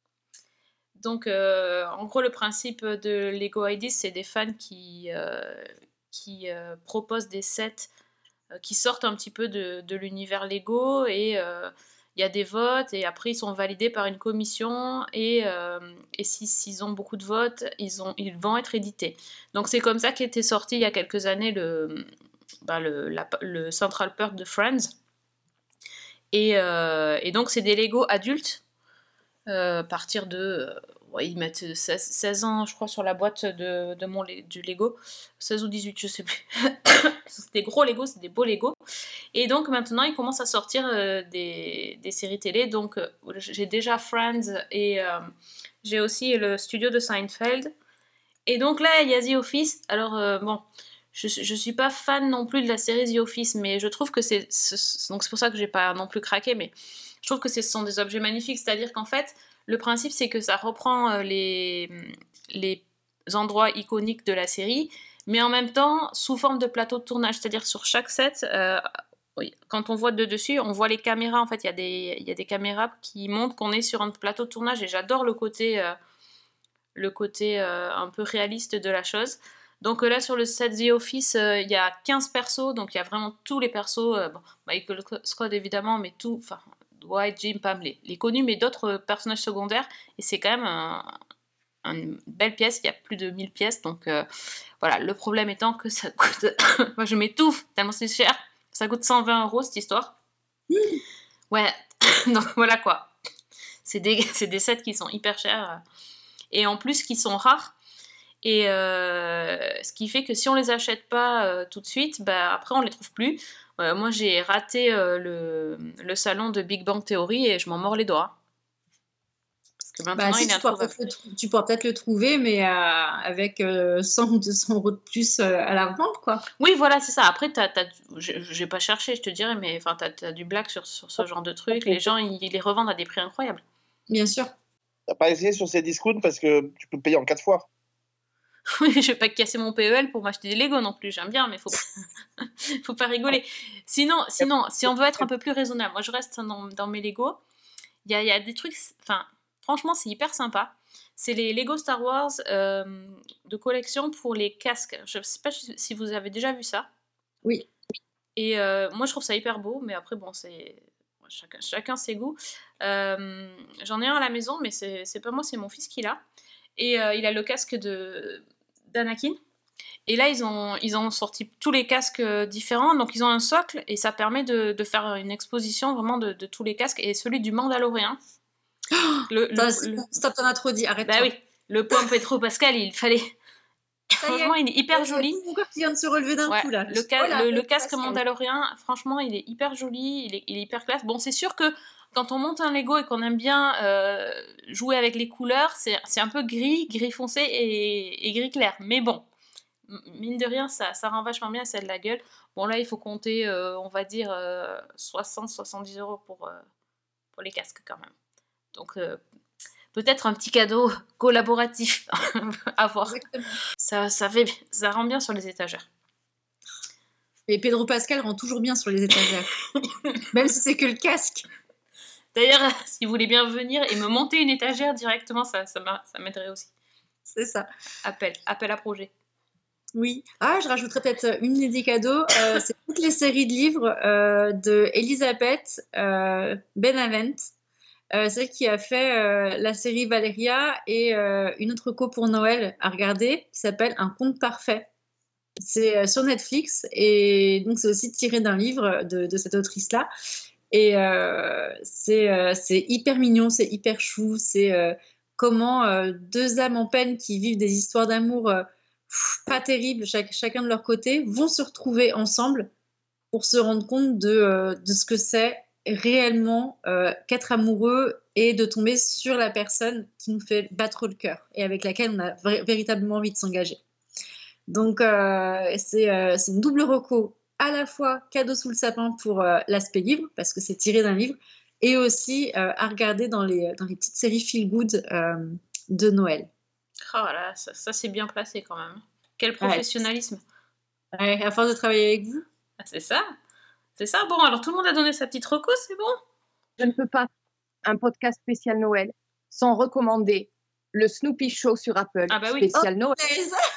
Speaker 2: Donc, euh, en gros, le principe de Lego Ideas, c'est des fans qui, euh, qui euh, proposent des sets euh, qui sortent un petit peu de, de l'univers Lego et il euh, y a des votes et après ils sont validés par une commission et, euh, et si, s'ils ont beaucoup de votes, ils, ont, ils vont être édités. Donc c'est comme ça qu'était sorti il y a quelques années le, bah, le, la, le Central Perk de Friends. Et, euh, et donc c'est des Lego adultes euh, à partir de... Euh, ouais, ils mettent seize, seize ans, je crois, sur la boîte de, de mon, du Lego. seize ou dix-huit, je sais plus. C'est des gros Lego, c'est des beaux Lego. Et donc maintenant, ils commencent à sortir euh, des, des séries télé. Donc euh, j'ai déjà Friends et euh, j'ai aussi le studio de Seinfeld. Et donc là, il y a The Office. Alors euh, bon, je, je suis pas fan non plus de la série The Office, mais je trouve que c'est... c'est donc c'est pour ça que j'ai pas non plus craqué, mais je trouve que ce sont des objets magnifiques. C'est-à-dire qu'en fait, le principe, c'est que ça reprend les, les endroits iconiques de la série, mais en même temps, sous forme de plateau de tournage. C'est-à-dire sur chaque set, euh, oui, quand on voit de dessus, on voit les caméras. En fait, il y a des, il y a des caméras qui montrent qu'on est sur un plateau de tournage, et j'adore le côté, euh, le côté euh, un peu réaliste de la chose. Donc là, sur le set The Office, euh, il y a quinze persos, donc il y a vraiment tous les persos. Euh, bon, Michael Scott, évidemment, mais tout... Enfin, Dwight, Jim, Pam, les, les connus, mais d'autres personnages secondaires. Et c'est quand même un, un, une belle pièce. Il y a plus de mille pièces. Donc euh, voilà, le problème étant que ça coûte... Moi, je m'étouffe tellement c'est cher. Ça coûte cent vingt euros, cette histoire. Mmh. Ouais, donc voilà quoi. C'est des, c'est des sets qui sont hyper chers. Et en plus, qui sont rares. Et euh, ce qui fait que si on les achète pas euh, tout de suite, bah, après, on les trouve plus. Euh, moi, j'ai raté euh, le, le salon de Big Bang Theory et je m'en mords les doigts. Parce que maintenant,
Speaker 3: bah, si,
Speaker 2: il est
Speaker 3: tu, pourras le, tu pourras peut-être le trouver, mais euh, avec euh, cent ou deux cents euros de plus euh, à la revente, quoi.
Speaker 2: Oui, voilà, c'est ça. Après, t'as, t'as, j'ai pas cherché, je te dirais, mais tu as du blague sur, sur ce genre de trucs. Les gens, ils, ils les revendent à des prix incroyables.
Speaker 3: Bien sûr.
Speaker 4: T'as pas essayé sur ces discounts parce que tu peux payer en quatre fois.
Speaker 2: Oui, je vais pas casser mon P E L pour m'acheter des Lego non plus, j'aime bien, mais faut pas, faut pas rigoler. Sinon, sinon, si on veut être un peu plus raisonnable, moi je reste dans, dans mes Lego, il y a, y a des trucs, enfin, franchement c'est hyper sympa. C'est les Lego Star Wars euh, de collection pour les casques. Je sais pas si vous avez déjà vu ça.
Speaker 3: Oui.
Speaker 2: Et euh, moi je trouve ça hyper beau, mais après bon, c'est... Chacun, chacun ses goûts. Euh, j'en ai un à la maison, mais c'est, c'est pas moi, c'est mon fils qui l'a. Et euh, il a le casque de... d'Anakin. Et là, ils ont, ils ont sorti tous les casques différents. Donc, ils ont un socle et ça permet de, de faire une exposition vraiment de, de tous les casques. Et celui du Mandalorian.
Speaker 3: Oh,
Speaker 2: le,
Speaker 3: le,
Speaker 2: le,
Speaker 3: stop, t'en as trop dit, arrête.
Speaker 2: Bah oui, le point Pedro Pascal, il fallait... Franchement, il est hyper joli.
Speaker 3: Mon corps qui vient de se relever d'un
Speaker 2: ouais,
Speaker 3: coup, là.
Speaker 2: Le, ca- oh là, le, le casque Mandalorian, franchement, il est hyper joli. Il est, il est hyper classe. Bon, c'est sûr que quand on monte un Lego et qu'on aime bien euh, jouer avec les couleurs, c'est, c'est un peu gris, gris foncé et, et gris clair. Mais bon, mine de rien, ça, ça rend vachement bien, ça a de la gueule. Bon, là, il faut compter, euh, on va dire, euh, soixante à soixante-dix euros pour, euh, pour les casques quand même. Donc euh, peut-être un petit cadeau collaboratif à voir. Ça, ça, fait, ça rend bien sur les étagères.
Speaker 3: Et Pedro Pascal rend toujours bien sur les étagères. Même si c'est que le casque.
Speaker 2: D'ailleurs, si vous voulez bien venir et me monter une étagère directement, ça, ça, ça m'aiderait aussi.
Speaker 3: C'est ça.
Speaker 2: Appel, appel à projet.
Speaker 3: Oui. Ah, je rajouterais peut-être une idée cadeau. Euh, c'est toutes les séries de livres euh, de Elisabeth euh, Benavent. Euh, celle qui a fait euh, la série Valeria et euh, une autre co pour Noël à regarder qui s'appelle Un conte parfait. C'est euh, sur Netflix et donc c'est aussi tiré d'un livre de, de cette autrice-là. Et euh, c'est, euh, c'est hyper mignon, c'est hyper chou. C'est euh, comment euh, deux âmes en peine qui vivent des histoires d'amour euh, pff, pas terribles, chaque, chacun de leur côté, vont se retrouver ensemble pour se rendre compte de, euh, de ce que c'est réellement euh, qu'être amoureux et de tomber sur la personne qui nous fait battre le cœur et avec laquelle on a v- véritablement envie de s'engager. Donc euh, c'est, euh, c'est une double reco, à la fois cadeau sous le sapin pour euh, l'aspect livre, parce que c'est tiré d'un livre, et aussi euh, à regarder dans les, dans les petites séries feel good euh, de Noël.
Speaker 2: Oh là, ça, ça c'est bien placé quand même. Quel professionnalisme.
Speaker 3: Ouais, à force de travailler avec vous.
Speaker 2: Ah, c'est ça. C'est ça. Bon, alors tout le monde a donné sa petite reco, c'est bon.
Speaker 5: Je ne peux pas un podcast spécial Noël sans recommander le Snoopy Show sur Apple.
Speaker 2: Ah bah oui.
Speaker 5: Spécial
Speaker 3: Oh,
Speaker 5: Noël.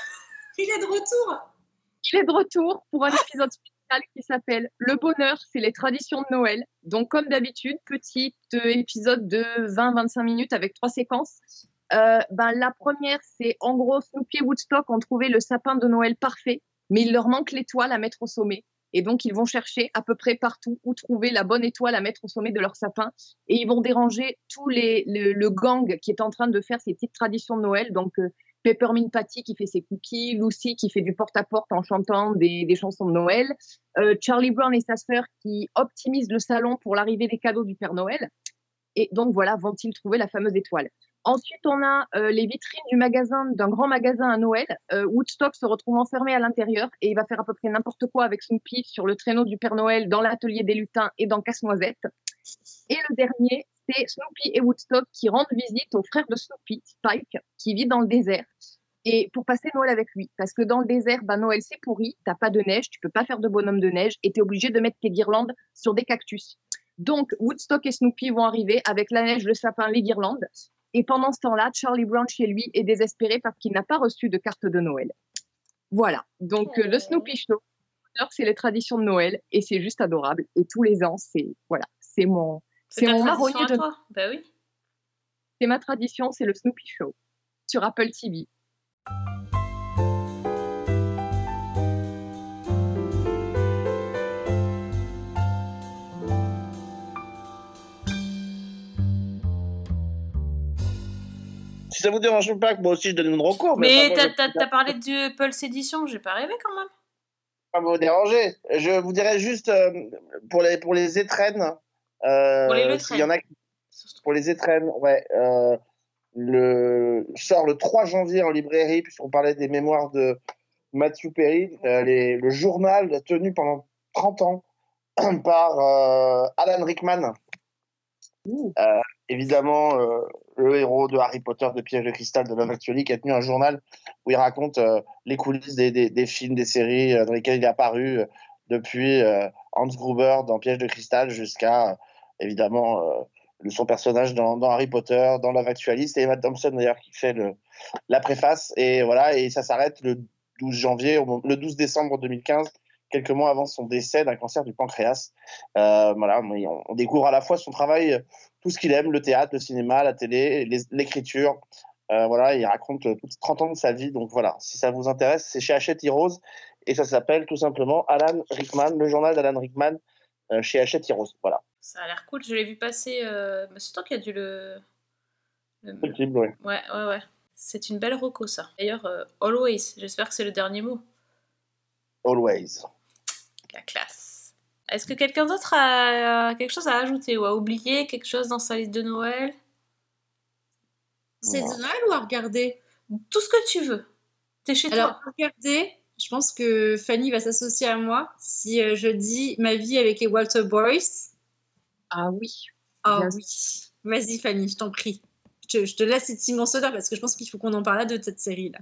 Speaker 3: Il est de retour.
Speaker 5: Il est de retour pour un épisode spécial qui s'appelle Le bonheur, c'est les traditions de Noël. Donc, comme d'habitude, petit euh, épisode de vingt à vingt-cinq minutes avec trois séquences. Euh, ben, la première, c'est en gros, Snoopy et Woodstock ont trouvé le sapin de Noël parfait, mais il leur manque l'étoile à mettre au sommet. Et donc, ils vont chercher à peu près partout où trouver la bonne étoile à mettre au sommet de leur sapin. Et ils vont déranger tous les, le, le gang qui est en train de faire ces petites traditions de Noël. Donc, euh, Peppermint Patty qui fait ses cookies, Lucy qui fait du porte-à-porte en chantant des, des chansons de Noël, euh, Charlie Brown et sa sœur qui optimisent le salon pour l'arrivée des cadeaux du Père Noël. Et donc, voilà, vont-ils trouver la fameuse étoile. Ensuite, on a euh, les vitrines du magasin, d'un grand magasin à Noël. Euh, Woodstock se retrouve enfermé à l'intérieur et il va faire à peu près n'importe quoi avec Snoopy sur le traîneau du Père Noël, dans l'atelier des lutins et dans Casse-Noisette. Et le dernier, c'est Snoopy et Woodstock qui rendent visite au frère de Snoopy, Spike, qui vit dans le désert. Et pour passer Noël avec lui, parce que dans le désert, bah, Noël c'est pourri, t'as pas de neige, tu peux pas faire de bonhomme de neige et t'es obligé de mettre tes guirlandes sur des cactus. Donc Woodstock et Snoopy vont arriver avec la neige, le sapin, les guirlandes. Et pendant ce temps-là, Charlie Brown chez lui est désespéré parce qu'il n'a pas reçu de carte de Noël. Voilà, donc euh, le Snoopy Show, c'est les traditions de Noël et c'est juste adorable. Et tous les ans, c'est voilà, c'est mon,
Speaker 2: C'est
Speaker 5: c'est
Speaker 2: ta
Speaker 5: mon
Speaker 2: tradition
Speaker 5: marronnier
Speaker 2: à
Speaker 5: de
Speaker 2: toi. Bah oui.
Speaker 5: C'est ma tradition, c'est le Snoopy Show sur Apple T V.
Speaker 4: Si ça vous dérange pas que moi aussi je donne une recours,
Speaker 2: Mais
Speaker 4: enfin, moi,
Speaker 2: t'as,
Speaker 4: je-
Speaker 2: t'as, t'as parlé du Pulse Edition, j'ai pas rêvé quand même.
Speaker 4: pas vous déranger. Je vous dirais juste euh, pour les pour les étrennes. Euh,
Speaker 2: Pour les
Speaker 4: s'il y en a qui- pour les étrennes, ouais. Euh, le sort le trois janvier en librairie puisqu'on parlait des mémoires de Matthew Perry, euh, les- le journal tenu pendant trente ans par euh, Alan Rickman. Euh, évidemment, euh, le héros de Harry Potter, de Piège de cristal, de Love Actually, qui a tenu un journal où il raconte euh, les coulisses des, des, des films, des séries euh, dans lesquelles il est apparu, euh, depuis euh, Hans Gruber dans Piège de cristal jusqu'à, euh, évidemment, euh, le- son personnage dans, dans Harry Potter, dans Love Actually. C'est Emma Thompson, d'ailleurs, qui fait le, la préface. Et voilà, et ça s'arrête le douze janvier, au mo- le douze décembre deux mille quinze, quelques mois avant son décès d'un cancer du pancréas. Euh, voilà, mais on, on découvre à la fois son travail, euh, tout ce qu'il aime, le théâtre, le cinéma, la télé, les- l'écriture. Euh, voilà, il raconte euh, tous trente ans de sa vie. Donc voilà, si ça vous intéresse, c'est chez Hachette Heroes et ça s'appelle tout simplement Alan Rickman, le journal d'Alan Rickman euh, chez Hachette Heroes. Voilà.
Speaker 2: Ça a l'air cool, je l'ai vu passer. Euh... Mais c'est toi qui as dû le. le-
Speaker 4: Possible, oui.
Speaker 2: Ouais, ouais, ouais. C'est une belle reco, ça. D'ailleurs, euh, Always, j'espère que c'est le dernier mot.
Speaker 4: Always.
Speaker 2: La classe. Est-ce que quelqu'un d'autre a euh, quelque chose à ajouter ou a oublié quelque chose dans sa liste de Noël?
Speaker 3: C'est de Noël ou à regarder?
Speaker 2: Tout ce que tu veux. T'es chez
Speaker 3: Alors,
Speaker 2: toi.
Speaker 3: à regarder, je pense que Fanny va s'associer à moi si euh, je dis Ma vie avec les Walter Boys.
Speaker 5: Ah oui.
Speaker 3: Ah
Speaker 5: Bien
Speaker 3: oui. Vas-y, Fanny, je t'en prie. Je, je te laisse cette immense honneur parce que je pense qu'il faut qu'on en parle là de cette série-là.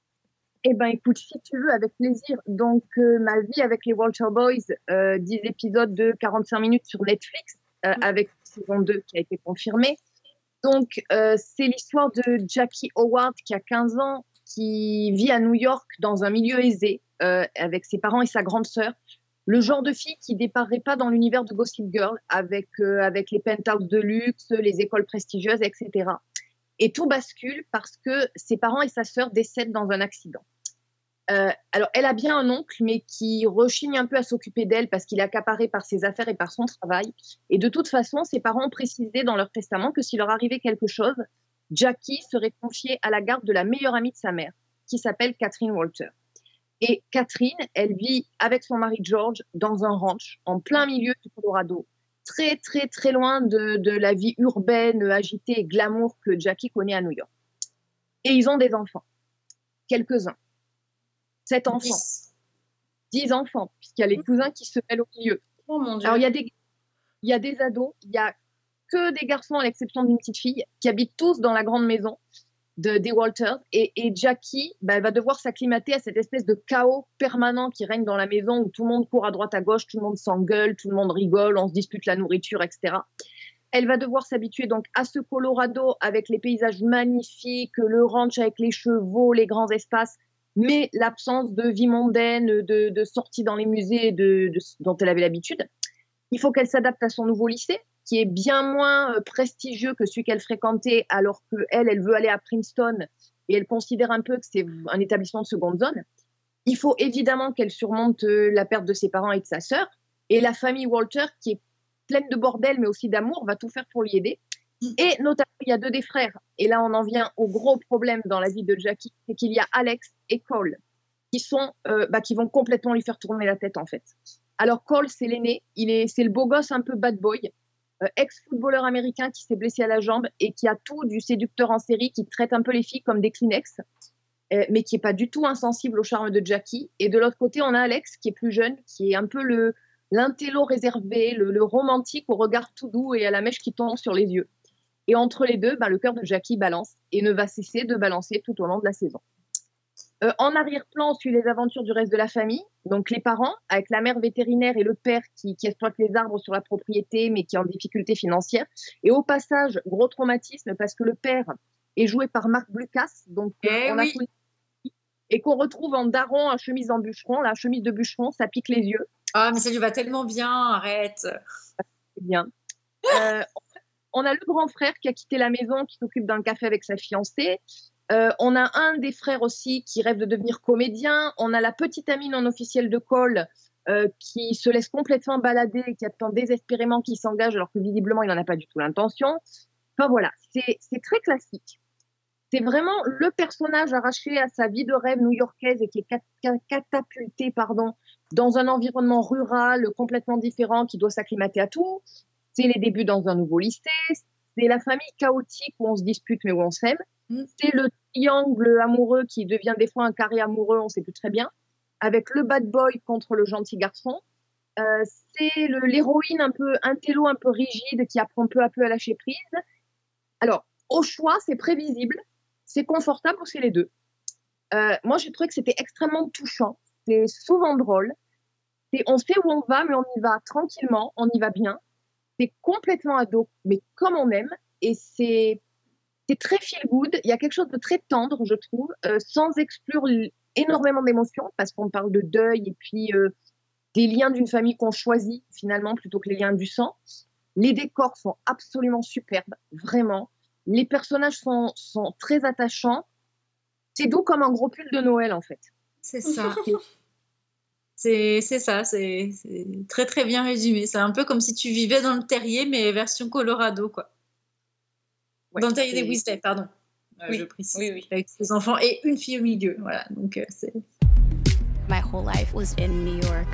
Speaker 5: Eh ben, écoute, si tu veux, avec plaisir. Donc, euh, ma vie avec les Walter Boys, euh, dix épisodes de quarante-cinq minutes sur Netflix, euh, avec saison deux qui a été confirmée. Donc, euh, c'est l'histoire de Jackie Howard qui a quinze ans, qui vit à New York dans un milieu aisé, euh, avec ses parents et sa grande sœur. Le genre de fille qui déparerait pas dans l'univers de Gossip Girl, avec, euh, avec les penthouses de luxe, les écoles prestigieuses, et cetera. Et tout bascule parce que ses parents et sa sœur décèdent dans un accident. Euh, alors, elle a bien un oncle, mais qui rechigne un peu à s'occuper d'elle parce qu'il est accaparé par ses affaires et par son travail. Et de toute façon, ses parents ont précisé dans leur testament que s'il leur arrivait quelque chose, Jackie serait confiée à la garde de la meilleure amie de sa mère, qui s'appelle Catherine Walter. Et Catherine, elle vit avec son mari George dans un ranch en plein milieu du Colorado, très, très, très loin de, de la vie urbaine, agitée et glamour que Jackie connaît à New York. Et ils ont des enfants, quelques-uns. Sept enfants. Dix. Dix enfants, puisqu'il y a les cousins qui se mêlent au milieu.
Speaker 2: Oh mon Dieu.
Speaker 5: Alors, il y a des, il y a des ados, il y a que des garçons, à l'exception d'une petite fille, qui habitent tous dans la grande maison de, des Walters. Et, et Jackie, bah, elle va devoir s'acclimater à cette espèce de chaos permanent qui règne dans la maison où tout le monde court à droite à gauche, tout le monde s'engueule, tout le monde rigole, on se dispute la nourriture, et cetera. Elle va devoir s'habituer donc à ce Colorado avec les paysages magnifiques, le ranch avec les chevaux, les grands espaces, mais l'absence de vie mondaine, de, de sorties dans les musées de, de, dont elle avait l'habitude. Il faut qu'elle s'adapte à son nouveau lycée, qui est bien moins prestigieux que celui qu'elle fréquentait, alors qu'elle, elle veut aller à Princeton et elle considère un peu que c'est un établissement de seconde zone. Il faut évidemment qu'elle surmonte la perte de ses parents et de sa sœur. Et la famille Walter, qui est pleine de bordel, mais aussi d'amour, va tout faire pour lui aider. Et notamment, il y a deux des frères. Et là, on en vient au gros problème dans la vie de Jackie, c'est qu'il y a Alex et Cole, qui, sont, euh, bah, qui vont complètement lui faire tourner la tête, en fait. Alors, Cole, c'est l'aîné. Il est, c'est le beau gosse un peu bad boy, euh, ex-footballeur américain qui s'est blessé à la jambe et qui a tout du séducteur en série, qui traite un peu les filles comme des Kleenex, euh, mais qui n'est pas du tout insensible au charme de Jackie. Et de l'autre côté, on a Alex, qui est plus jeune, qui est un peu le, l'intello réservé, le, le romantique au regard tout doux et à la mèche qui tombe sur les yeux. Et entre les deux, bah, le cœur de Jackie balance et ne va cesser de balancer tout au long de la saison. Euh, en arrière-plan, on suit les aventures du reste de la famille. Donc les parents, avec la mère vétérinaire et le père qui, qui exploite les arbres sur la propriété, mais qui est en difficulté financière. Et au passage, gros traumatisme, parce que le père est joué par Marc Blucas, donc
Speaker 3: eh
Speaker 5: on
Speaker 3: oui.
Speaker 5: a et qu'on retrouve en daron en chemise en bûcheron. La chemise de bûcheron, ça pique les yeux.
Speaker 3: Ah, mais ça lui va tellement bien, arrête.
Speaker 5: C'est bien. Euh, On a le grand frère qui a quitté la maison, qui s'occupe d'un café avec sa fiancée. Euh, on a un des frères aussi qui rêve de devenir comédien. On a la petite amie non officielle de Cole euh, qui se laisse complètement balader et qui attend désespérément qu'il s'engage alors que visiblement il n'en a pas du tout l'intention. Enfin voilà, c'est, c'est très classique. C'est vraiment le personnage arraché à sa vie de rêve new-yorkaise et qui est cat- catapulté pardon, dans un environnement rural complètement différent qui doit s'acclimater à tout. C'est les débuts dans un nouveau lycée, c'est la famille chaotique où on se dispute mais où on s'aime, mmh. c'est le triangle amoureux qui devient des fois un carré amoureux, on ne sait plus très bien, avec le bad boy contre le gentil garçon. Euh, c'est le, l'héroïne un peu intello, un peu rigide qui apprend peu à peu à lâcher prise. Alors, au choix, c'est prévisible, c'est confortable ou c'est les deux. Euh, moi, j'ai trouvé que c'était extrêmement touchant, c'est souvent drôle, c'est, on sait où on va mais on y va tranquillement, on y va bien. C'est complètement ado, mais comme on aime, et c'est, c'est très feel good. Il y a quelque chose de très tendre, je trouve, euh, sans exclure énormément d'émotions, parce qu'on parle de deuil et puis euh, des liens d'une famille qu'on choisit finalement plutôt que les liens du sang. Les décors sont absolument superbes, vraiment. Les personnages sont, sont très attachants. C'est doux comme un gros pull de Noël, en fait.
Speaker 3: C'est ça. C'est, c'est ça, c'est, c'est très très bien résumé. C'est un peu comme si tu vivais dans le terrier, mais version Colorado, quoi. Ouais, dans le terrier des Weasley, pardon. Euh, oui, je précise. Oui, oui. Avec ses enfants et une fille au milieu. Voilà, donc euh, c'est...
Speaker 7: My whole life was in New York.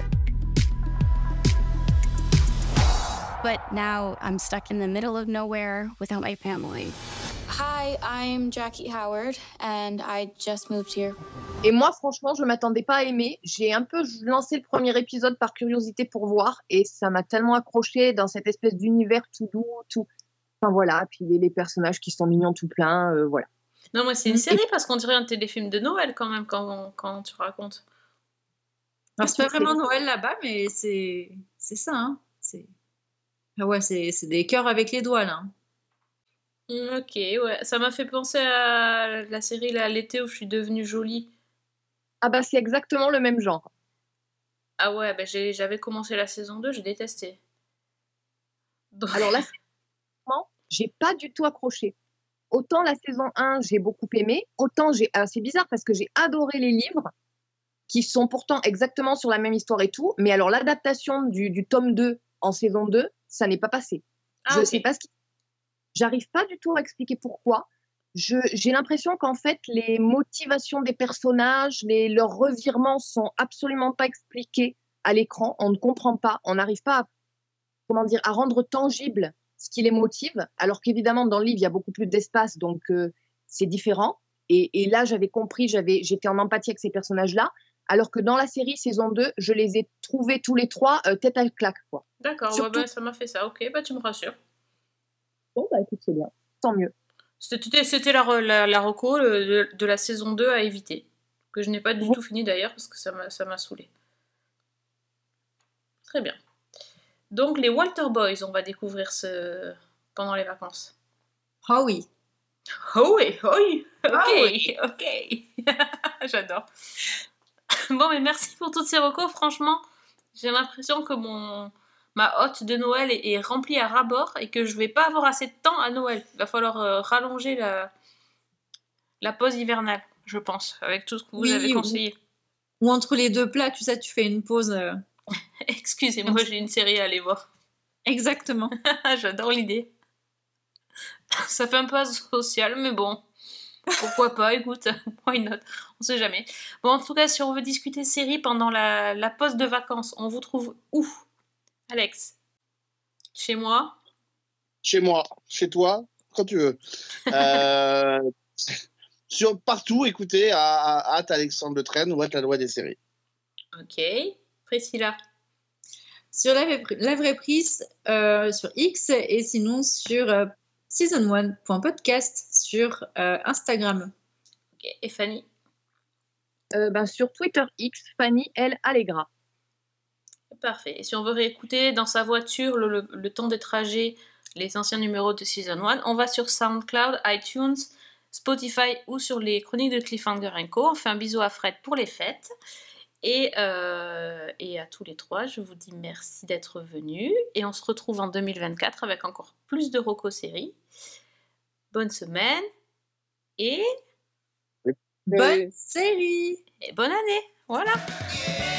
Speaker 7: But now I'm stuck in the middle of nowhere without my family. Hi, I'm Jackie Howard and I just moved here.
Speaker 5: Et moi, franchement, je ne m'attendais pas à aimer. J'ai un peu lancé le premier épisode par curiosité pour voir et ça m'a tellement accroché dans cette espèce d'univers tout doux, tout... Enfin voilà, puis les, les personnages qui sont mignons tout plein, euh, voilà.
Speaker 2: Non, moi, c'est une série parce qu'on dirait un téléfilm de Noël quand même, quand, quand tu racontes.
Speaker 3: Alors, c'est pas vraiment Noël là-bas, mais c'est, c'est ça. Hein. C'est... Ah ouais, c'est... c'est des cœurs avec les doigts, là.
Speaker 2: Ok, ouais. Ça m'a fait penser à la série là, l'été où je suis devenue jolie.
Speaker 5: Ah bah, c'est exactement le même genre.
Speaker 2: Ah ouais, bah, j'ai... j'avais commencé la saison deux, j'ai détesté. Donc...
Speaker 5: Alors là, j'ai pas du tout accroché. Autant la saison un, j'ai beaucoup aimé, autant j'ai... Ah, c'est bizarre parce que j'ai adoré les livres, qui sont pourtant exactement sur la même histoire et tout, mais alors l'adaptation du, du tome deux en saison deux, ça n'est pas passé.
Speaker 2: Ah,
Speaker 5: je
Speaker 2: okay.
Speaker 5: sais pas ce qui... J'arrive pas du tout à expliquer pourquoi. Je, j'ai l'impression qu'en fait, les motivations des personnages, les, leurs revirements sont absolument pas expliqués à l'écran. On ne comprend pas, on n'arrive pas à, comment dire, à rendre tangible ce qui les motive, alors qu'évidemment, dans le livre, il y a beaucoup plus d'espace, donc euh, c'est différent. Et, et là, j'avais compris, j'avais, j'étais en empathie avec ces personnages-là, alors que dans la série saison deux, je les ai trouvés tous les trois euh, tête à claque, quoi.
Speaker 2: D'accord,
Speaker 5: Surtout...
Speaker 2: ouais, bah, ça m'a fait ça. Ok, bah tu me rassures.
Speaker 5: Bon, bah écoute, c'est bien. Tant mieux.
Speaker 2: C'était, c'était la, la, la reco de, de la saison deux à éviter, que je n'ai pas du
Speaker 5: bon.
Speaker 2: tout fini d'ailleurs, parce que ça m'a, ça m'a saoulée. Très bien. Donc, les Walter Boys, on va découvrir ce... pendant les vacances.
Speaker 3: Oh oui.
Speaker 2: Oh oui, oh oui. Ok,
Speaker 3: oh oui.
Speaker 2: ok. J'adore. Bon, mais merci pour toutes ces recos. Franchement, j'ai l'impression que mon... ma hotte de Noël est, est remplie à ras-bord et que je vais pas avoir assez de temps à Noël. Il va falloir euh, rallonger la... la pause hivernale, je pense, avec tout ce que vous
Speaker 3: oui,
Speaker 2: avez conseillé.
Speaker 3: Ou... ou entre les deux plats, tu sais, tu fais une pause... Euh...
Speaker 2: Excusez-moi, j'ai une série à aller voir.
Speaker 3: Exactement.
Speaker 2: J'adore l'idée. Ça fait un peu asocial, mais bon. Pourquoi pas, écoute, why not? On sait jamais. Bon, en tout cas, si on veut discuter série pendant la, la pause de vacances, on vous trouve où, Alex? Chez moi?
Speaker 4: Chez moi, chez toi, quand tu veux. euh, sur, partout, écoutez, à, à, à Alexandre Le Train ou à La Loi des séries.
Speaker 2: Ok. Priscilla?
Speaker 3: Sur la, la vraie prise, euh, sur X, et sinon sur euh, season one point podcast sur euh, Instagram.
Speaker 2: Ok. Et Fanny?
Speaker 5: euh, ben, Sur Twitter X, Fanny L. Allegra.
Speaker 2: Parfait. Et si on veut réécouter dans sa voiture le, le, le temps des trajets, les anciens numéros de Season one, on va sur SoundCloud, iTunes, Spotify ou sur les chroniques de Cliffhanger and Co. On fait un bisou à Fred pour les fêtes. Et, euh, et à tous les trois, je vous dis merci d'être venus. Et on se retrouve en deux mille vingt-quatre avec encore plus de Roco-séries. Bonne semaine. Et...
Speaker 3: bonne série.
Speaker 2: Et bonne année. Voilà.